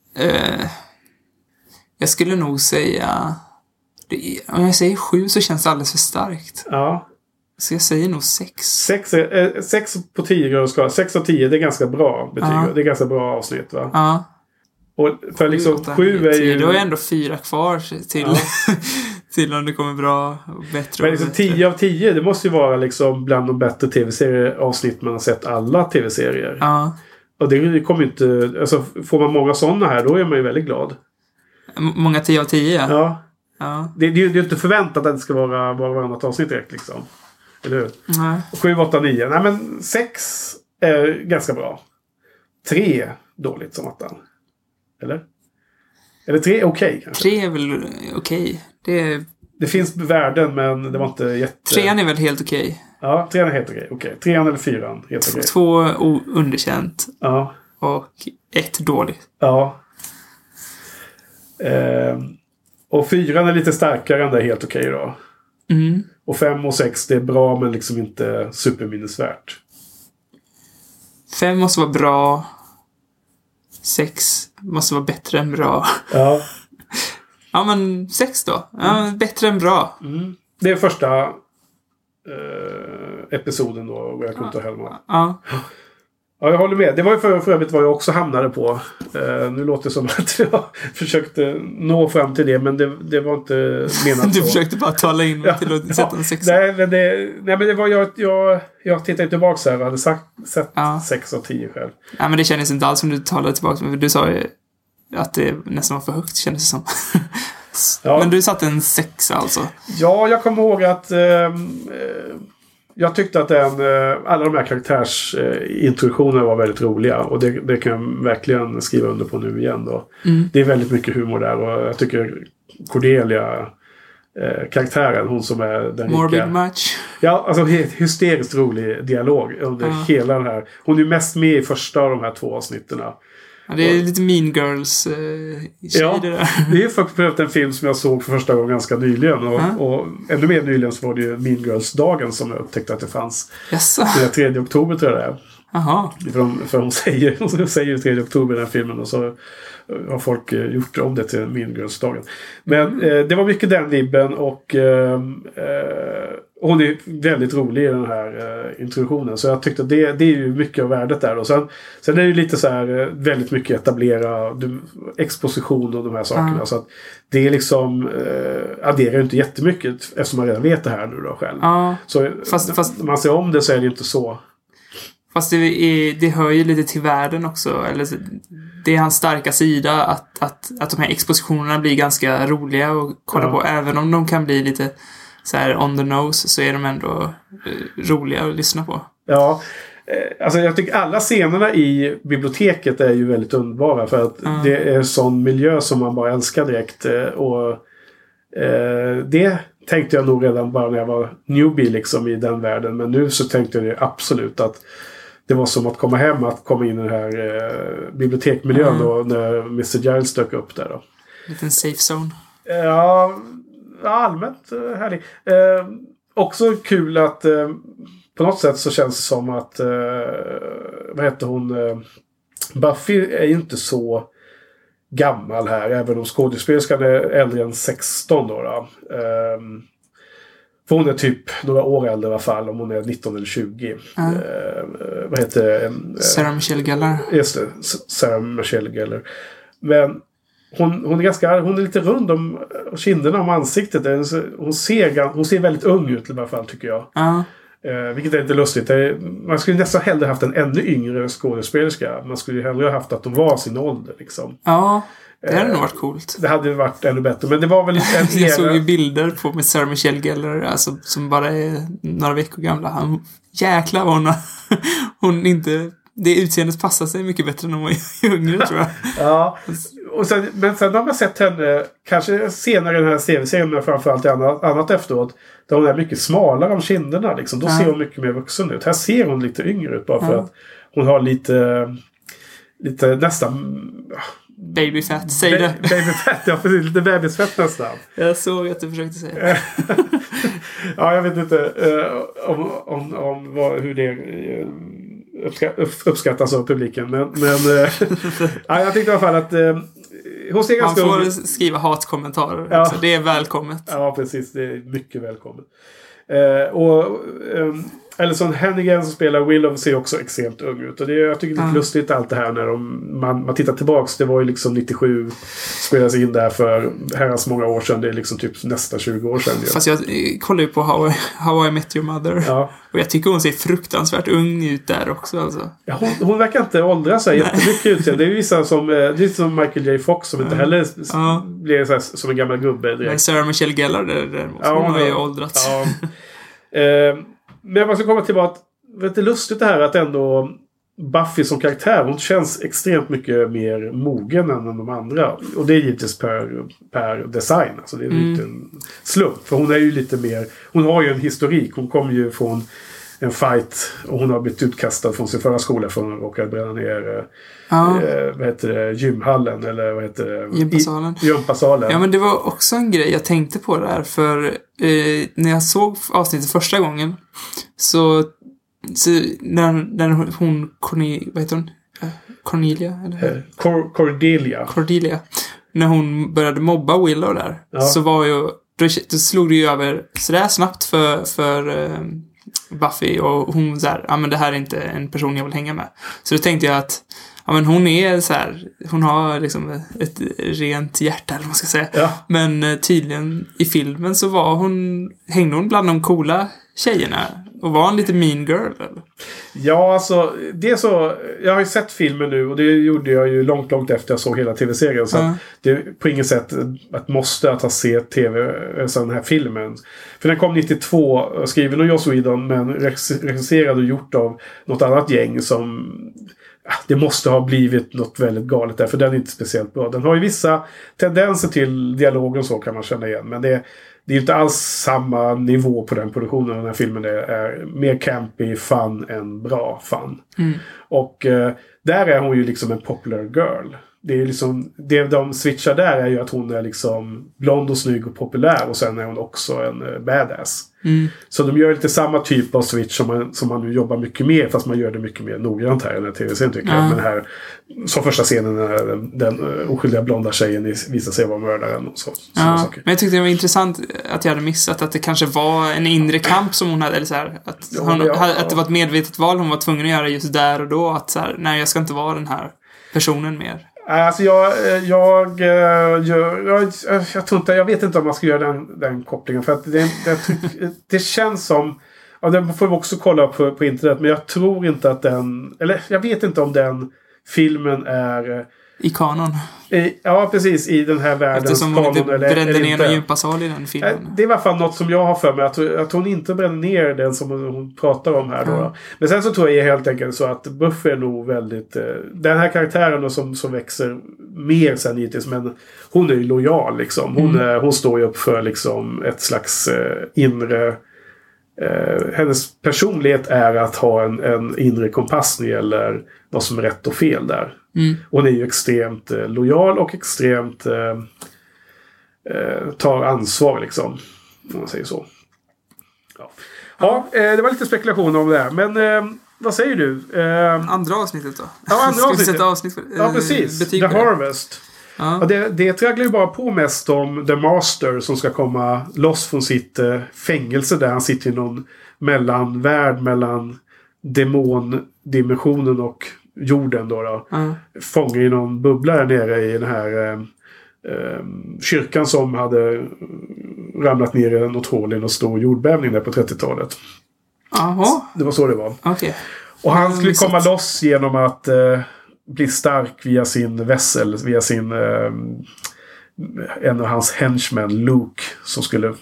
Jag skulle nog säga... Om jag säger 7 så känns det alldeles för starkt. Ja. Så jag säger nog 6. 6 på 10 grader skala. 6 av 10, det är ganska bra betyg. Ja. Det är ganska bra avsnitt, va? Ja. Och för liksom 7 är ju... Då är ändå 4 kvar till om det kommer bra och bättre. Men liksom 10 av 10, det måste ju vara liksom bland de bättre tv-serieavsnitt man har sett alla tv-serier. Ja. Och det kommer ju inte... Alltså, får man många sådana här, då är man ju väldigt glad. Många 10 av 10, ja. Ja. Det är ju inte förväntat att det ska vara varannat avsnitt direkt, liksom. Eller hur? Nej. 7, 8, 9. Nej, men 6 är ganska bra. 3 dåligt som attan. Eller? Eller 3 är okej, kanske. 3 är väl okej. Det finns värden, men det var inte jätte... 3 är väl helt okej. Ja, 3 är helt okej. 3 eller 4 helt okej. 2 underkänt. Ja. Och 1 dåligt. Ja. Och 4 är lite starkare än det, helt okej då. Mm. Och 5 och 6, det är bra, men liksom inte superminnesvärt. 5 måste vara bra. 6 måste vara bättre än bra. Ja. Ja, men 6 då. Ja, bättre än bra. Mm. Det är första episoden då, Welcome to Hellmouth. Ja. Ja, jag håller med. Det var ju för övrigt vad jag också hamnade på. Nu låter det som att jag försökte nå fram till det, men det var inte menat så. Du försökte bara tala in mig till att sätta en 6. Nej, men det var jag tittade tillbaka så här och hade sett 6 av 10 själv. Nej, men det kändes inte alls som du talade tillbaka. Men du sa ju att det nästan var för högt, kändes det som. Ja. Men du satte en 6 alltså. Ja, jag kommer ihåg att jag tyckte att alla de här karaktärsintroduktionerna var väldigt roliga. Och det kan jag verkligen skriva under på nu igen då. Mm. Det är väldigt mycket humor där. Och jag tycker Cordelia, karaktären, hon som är den Morbid rika. Much. Ja, alltså hysteriskt rolig dialog under hela den här. Hon är mest med i första av de här 2 avsnitterna. Ja, det är lite Mean Girls ja, det där. Det är faktiskt en film som jag såg för första gången ganska nyligen. Och ännu mer nyligen så var det ju Mean Girls-dagen som jag upptäckte att det fanns. Jaså? Den 3 oktober tror jag det är. Aha. För hon säger 3 oktober i den här filmen, och så har folk gjort om det till Mean Girls-dagen. Men det var mycket den vibben, och hon är väldigt rolig i den här introduktionen. Så jag tyckte att det är ju mycket av värdet där. Och sen är det ju lite så här väldigt mycket etablera exposition och de här sakerna. Så att det är liksom adderar ju inte jättemycket eftersom man redan vet det här nu då själv. Så fast när man ser om det så är det inte så. Fast det hör ju lite till världen också. Eller, det är hans starka sida att de här expositionerna blir ganska roliga att kolla på. Även om de kan bli lite så här on the nose, så är de ändå roliga att lyssna på. Ja, alltså jag tycker alla scenerna i biblioteket är ju väldigt underbara. För att det är sån miljö som man bara älskar direkt. Och det tänkte jag nog redan bara när jag var newbie liksom i den världen. Men nu så tänkte jag det absolut att det var som att komma hem, att komma in i den här bibliotekmiljön då, när Mr. Giles dök upp där då. En liten safe zone. Ja, allmänt härlig. Också kul att på något sätt så känns det som att vad heter hon? Buffy är ju inte så gammal här, även om skådespelerskan är äldre än 16 då. För hon är typ några år äldre i alla fall, om hon är 19 eller 20. Vad heter det? Sarah Michelle Gellar. Just det, Sarah Michelle Gellar. Men hon är lite rund om kinderna, om ansiktet. Hon ser väldigt ung ut i alla fall, tycker jag. Vilket är inte lustigt. Man skulle nästan hellre haft en ännu yngre skådespelerska. Man skulle hellre ha haft att de var sin ålder liksom. Ja, det hade nog varit coolt. Det hade varit ännu bättre. Men det var väl jag såg ju bilder med Sarah Michelle Gellar, alltså, som bara är några veckor gamla. Jäklar vad hon inte... Det utseendet passar sig mycket bättre när hon var yngre, tror jag. Ja, Men sen har man sett henne kanske senare i den här tv-serien, men framförallt i annat efteråt, där hon är mycket smalare om kinderna liksom. Då ser hon mycket mer vuxen ut. Här ser hon lite yngre ut, bara för att hon har lite nästan babyfett, säg det. Babyfett, ja precis, lite bebisfett nästan. Jag såg att du försökte säga. Ja, jag vet inte hur det uppskattas av publiken, men ja, jag tyckte i alla fall att hon ser ganska... Man får skriva hatkommentarer också. Det är välkommet. Ja, precis, det är mycket välkommet. Alison Hannigan som spelar Willow ser också extremt ung ut. Och jag tycker det är lite lustigt allt det här när man tittar tillbaks. Det var ju liksom 97 spelades in där för herrans många år sedan. Det är liksom typ nästan 20 år sedan. Fast jag kollar ju på How I Met Your Mother. Ja. Och jag tycker hon ser fruktansvärt ung ut där också. Alltså. Ja, hon verkar inte åldra sig jättemycket ut. Det är vissa som Michael J. Fox som inte heller blir så här, som en gammal gubbe direkt. Men Sarah Michelle Gellar hon har ju åldrats. Ja. Men man ska komma till att det är lustigt det här att ändå Buffy som karaktär, hon känns extremt mycket mer mogen än de andra. Och det är givetvis per design. Alltså det är inte en slump. För hon är ju lite mer, hon har ju en historik. Hon kom ju från en fight och hon har blivit utkastad från sin förra skola för hon råkade bränna ner vad heter det, gymhallen eller vad heter det? Gympasalen. Ja, men det var också en grej jag tänkte på där, för när jag såg avsnittet första gången så när hon vad heter hon? Cornelia eller? Cordelia. När hon började mobba Willow där så var ju då slog det ju över så där snabbt för Buffy, och hon så här, men det här är inte en person jag vill hänga med. Så då tänkte jag att men hon är så här, hon har liksom ett rent hjärta eller vad man ska säga. Ja. Men tydligen i filmen så hängde hon bland de coola tjejerna och var en lite mean girl eller? Ja, alltså det är så, jag har ju sett filmen nu och det gjorde jag ju långt efter jag såg hela tv-serien, så att det är på inget sätt att ha sett den här filmen. För den kom 92, skriven av Joss Whedon, men regisserad och gjort av något annat gäng som det måste ha blivit något väldigt galet där, för den är inte speciellt bra. Den har ju vissa tendenser till dialogen, så kan man känna igen, men det är inte alls samma nivå på den produktionen. Den här filmen är mer campy fun än bra fun. Och där är hon ju liksom en popular girl. Det är liksom, det de switchar där är ju att hon är liksom blond och snygg och populär, och sen är hon också en badass. Så de gör lite samma typ av switch som man nu jobbar mycket mer, fast man gör det mycket mer noggrant här i den här tv-serien tycker jag. Men här, som första scenen när den oskyldiga blonda tjejen visar sig vara mördaren och så saker. Men jag tyckte det var intressant att jag hade missat att det kanske var en inre kamp som hon hade, eller så här, att det var ett medvetet val hon var tvungen att göra just där och då, att så här, nej, jag ska inte vara den här personen mer. Alltså jag vet inte om man ska göra den kopplingen, för att det känns som, ja, det får vi också kolla på internet, men jag tror inte att jag vet inte om den filmen är i kanon. Ja, precis, i den här världens eftersom hon inte brände ner någon djupasal i den filmen. Det är i alla fall något som jag har för mig, att hon inte brände ner den som hon pratar om här då. Men sen så tror jag helt enkelt så att Buffy är nog väldigt den här karaktären då, som växer mer sen hittills, men hon är ju lojal liksom. Hon står ju upp för liksom ett slags inre hennes personlighet är att ha en inre kompass när det gäller vad som är rätt och fel där. Hon är ju extremt lojal och extremt tar ansvar liksom, om man säger så. Ja, det var lite spekulation om det här, men vad säger du? Andra avsnittet då? Ja, andra avsnittet. Ja, precis. The Harvest. Ja, det tragglar ju bara på mest om The Master som ska komma loss från sitt fängelse där han sitter i någon mellanvärld mellan demondimensionen och jorden då. Fångar i någon bubbla där nere i den här kyrkan som hade ramlat ner i något hål i någon stor jordbävning där på 30-talet. Aha. Det var så det var. Okay. Och han skulle komma loss genom att bli stark via sin vässel, via sin en av hans henchmen, Luke, som skulle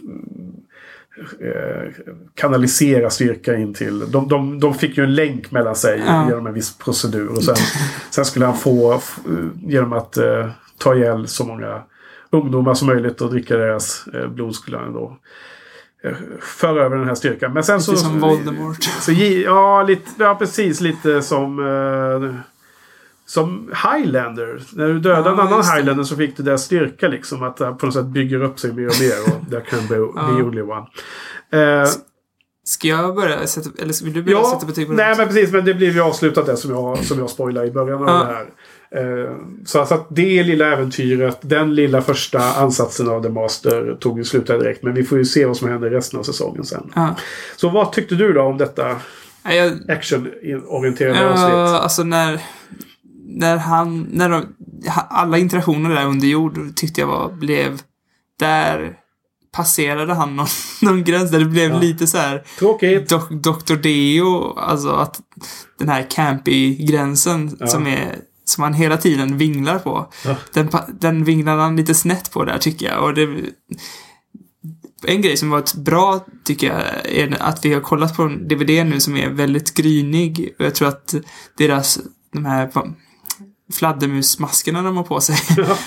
kanalisera styrka in till de fick ju en länk mellan sig genom en viss procedur, och sen skulle han få genom att ta ihjäl så många ungdomar som möjligt och dricka deras blod skulle han då föra över den här styrkan. Men sen lite som Voldemort. Precis. Lite som Highlander. När du dödade en annan Highlander så fick du deras styrka liksom. Att på något sätt bygger upp sig mer och mer. Och där kan bli only one. Ska jag börja sätta... Eller vill du börja sätta betyg på det? Nej, men precis. Men det blev ju avslutat det som jag spoilade i början av det här. Så att det lilla äventyret, den lilla första ansatsen av The Master tog ju slut direkt. Men vi får ju se vad som händer resten av säsongen sen. Så vad tyckte du då om detta action-orienterade avsnitt? Alltså alla interaktioner där under jord tyckte jag blev passerade han någon gräns där det blev lite så här tråkigt. Dr. Deo, alltså att den här campy-gränsen som han hela tiden vinglar på. Den vinglar han lite snett på där tycker jag. Och en grej som var ett bra tycker jag är att vi har kollat på en DVD nu som är väldigt grynig. Och jag tror att de här fladdermusmaskerna de har på sig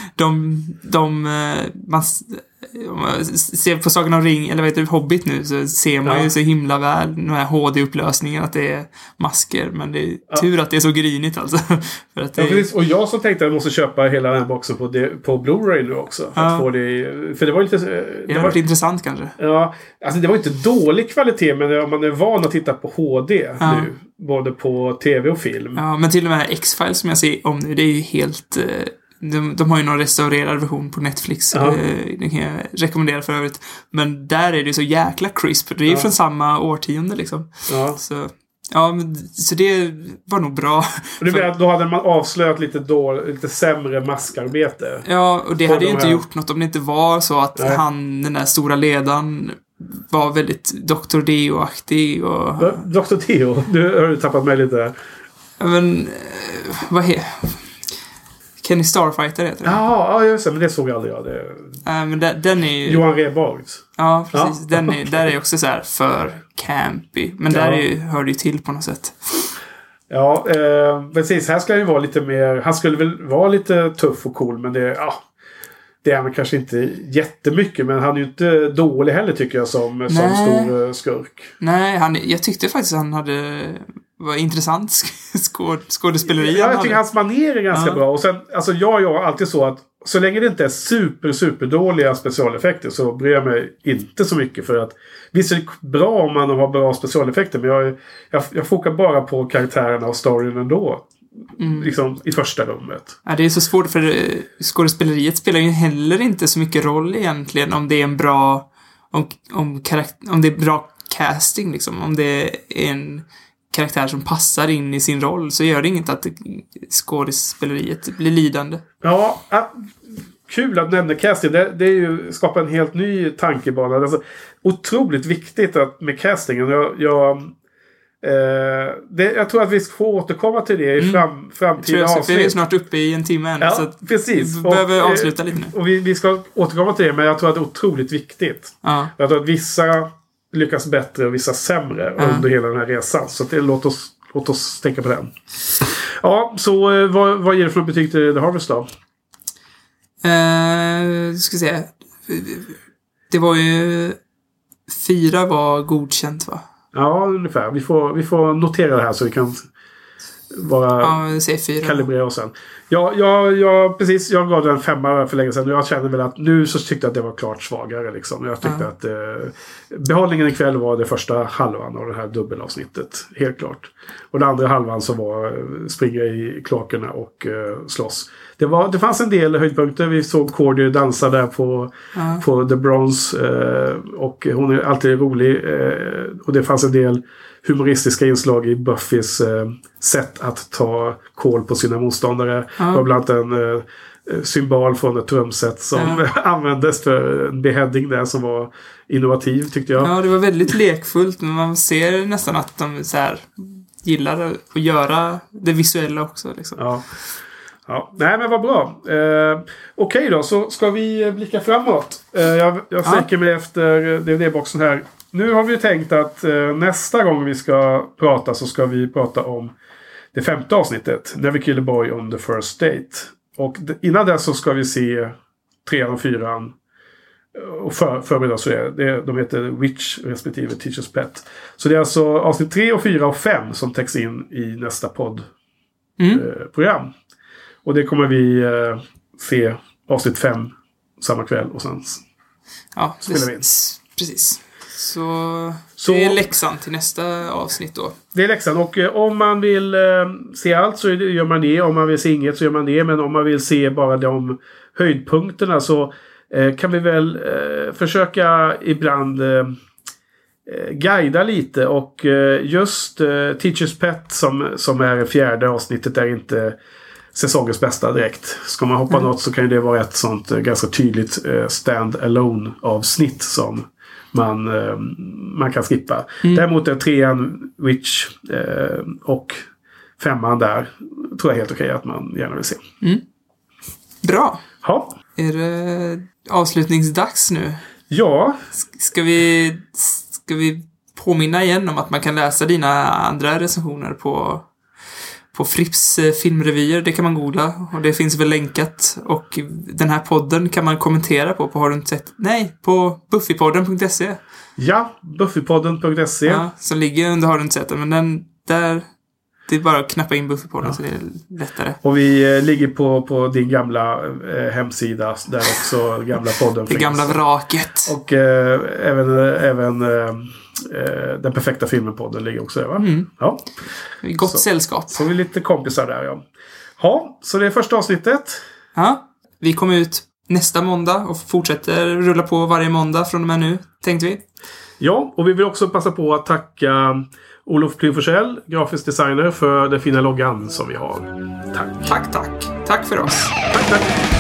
om man ser på Sagan om ring eller vad heter det, Hobbit nu, så ser man ju så himla väl den här HD-upplösningen att det är masker, men det är tur att det är så grynigt alltså. För att precis. Och jag som tänkte att jag måste köpa hela den här boxen på Blu-ray nu också för att få det, för det var lite det har varit intressant kanske. Ja, alltså det var inte dålig kvalitet, men om man är van att titta på HD nu, både på tv och film. Ja, men till och med X-Files som jag ser om nu, det är ju helt de har ju någon restaurerad version på Netflix. Den kan jag rekommendera för övrigt. Men där är det så jäkla crisp. Det är ju från samma årtionde liksom. Så det var nog bra. Och då hade man avslöjat lite sämre maskarbete. Ja, och det hade ju inte gjort något om det inte var så att den där stora ledaren var väldigt Dr. Deo-aktig. Dr. Deo? Nu har du tappat mig lite där. Men, Kenny Starfighter heter det. Ja, just det. Men det såg jag aldrig. Men den är ju... Johan Rheborgs. Ja, precis. Ja. Där är också så här för campy. Men där hör det ju till på något sätt. Ja, precis. Här ska han ju vara lite mer... Han skulle väl vara lite tuff och cool. Men det är han kanske inte jättemycket. Men han är ju inte dålig heller tycker jag som stor skurk. Nej, jag tyckte faktiskt att han var intressant skådespeleri. Ja, jag tycker hans manér är ganska bra. Och sen, alltså jag gör alltid så att så länge det inte är super dåliga specialeffekter så bryr jag mig inte så mycket, för att visst är det bra om man har bra specialeffekter, men jag fokar bara på karaktärerna och storyn ändå. Liksom i första rummet. Ja, det är så svårt för skådespeleriet spelar ju heller inte så mycket roll egentligen om det är en bra om det är bra casting liksom, om det är en karaktär som passar in i sin roll, så gör det inget att skådespeleriet blir lidande. Ja, kul att nämna casting. Det är ju skapar en helt ny tankebana. Alltså, otroligt viktigt med castingen. Jag tror att vi får återkomma till det i framtida avsnitt. Vi är snart uppe i en timme än. Ja, så precis. Vi behöver avsluta lite nu. Och vi ska återkomma till det, men jag tror att det är otroligt viktigt. Ja. Jag tror att vissa lyckas bättre och vissa sämre under hela den här resan. Så låt oss tänka på den. Ja, så vad ger du för betyg till The Harvest då? Ska se. Det var ju 4 var godkänt, va? Ja, ungefär. Vi får notera det här så vi kan kalibrera oss sen. Precis, jag gav den 5 för länge sedan och jag känner väl att nu så tyckte jag att det var klart svagare liksom. Jag tyckte att behållningen ikväll var det första halvan av det här dubbelavsnittet, helt klart. Och den andra halvan så var springa i kloakerna och slåss. Det fanns en del höjdpunkter. Vi såg Cordy dansa där på The Bronze och hon är alltid rolig och det fanns en del humoristiska inslag i Buffys sätt att ta koll på sina motståndare. Det var bland annat en symbol från ett trumset som användes för en beheading där som var innovativ tyckte jag. Ja, det var väldigt lekfullt, men man ser nästan att de så här gillar att göra det visuella också liksom. Ja, nej men vad bra. Okej då, så ska vi blicka framåt. Jag sträcker mig efter DVD-boxen här. Nu har vi tänkt att nästa gång vi ska prata så ska vi prata om det 5:e avsnittet. Never Kill a Boy on the First Date. Och innan det så ska vi se 3 och 4. Och förmiddag så är det. De heter Witch respektive Teacher's Pet. Så det är alltså avsnitt 3 och 4 och 5 som täcks in i nästa poddprogram. Och det kommer vi se avsnitt 5 samma kväll och sen spelar vi in. Precis. Så det är läxan till nästa avsnitt då. Det är läxan. Och om man vill se allt så gör man det. Om man vill se inget så gör man det. Men om man vill se bara de höjdpunkterna så kan vi väl försöka ibland guida lite. Och just Teacher's Pet som är 4:e avsnittet är inte säsongens bästa direkt. Ska man hoppa något så kan det vara ett sånt ganska tydligt stand-alone avsnitt som man kan skippa. Däremot är 3:an Witch och 5:an där tror jag helt okej att man gärna vill se. Bra. Ja. Är det avslutningsdags nu? Ja. Ska vi påminna igen om att man kan läsa dina andra recensioner på Fripps filmrevyer? Det kan man googla och det finns väl länkat. Och den här podden kan man kommentera på har du inte sett? Nej, på buffypodden.se. Ja, buffypodden.se. Ja, som ligger under har du inte sett den, men den där, det är bara att knappa in Buffypodden så det är lättare. Och vi ligger på din gamla hemsida där också gamla podden finns. Det gamla vraket. Och även den perfekta filmen-podden ligger också där, va? Ja. Gott sällskap. Så vi är lite kompisar där, ja. Ja, så det är första avsnittet. Ja, vi kommer ut nästa måndag och fortsätter rulla på varje måndag från och med nu, tänkte vi. Ja, och vi vill också passa på att tacka Olof Plymforsell, grafisk designer, för den fina loggan som vi har. Tack. Tack för oss. Tack.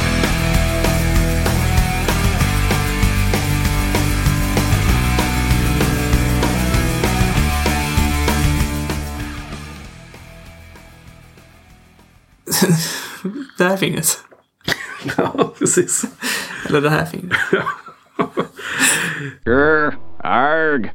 Det här fingret. Ja, precis. Eller det här fingret. Grr, arg.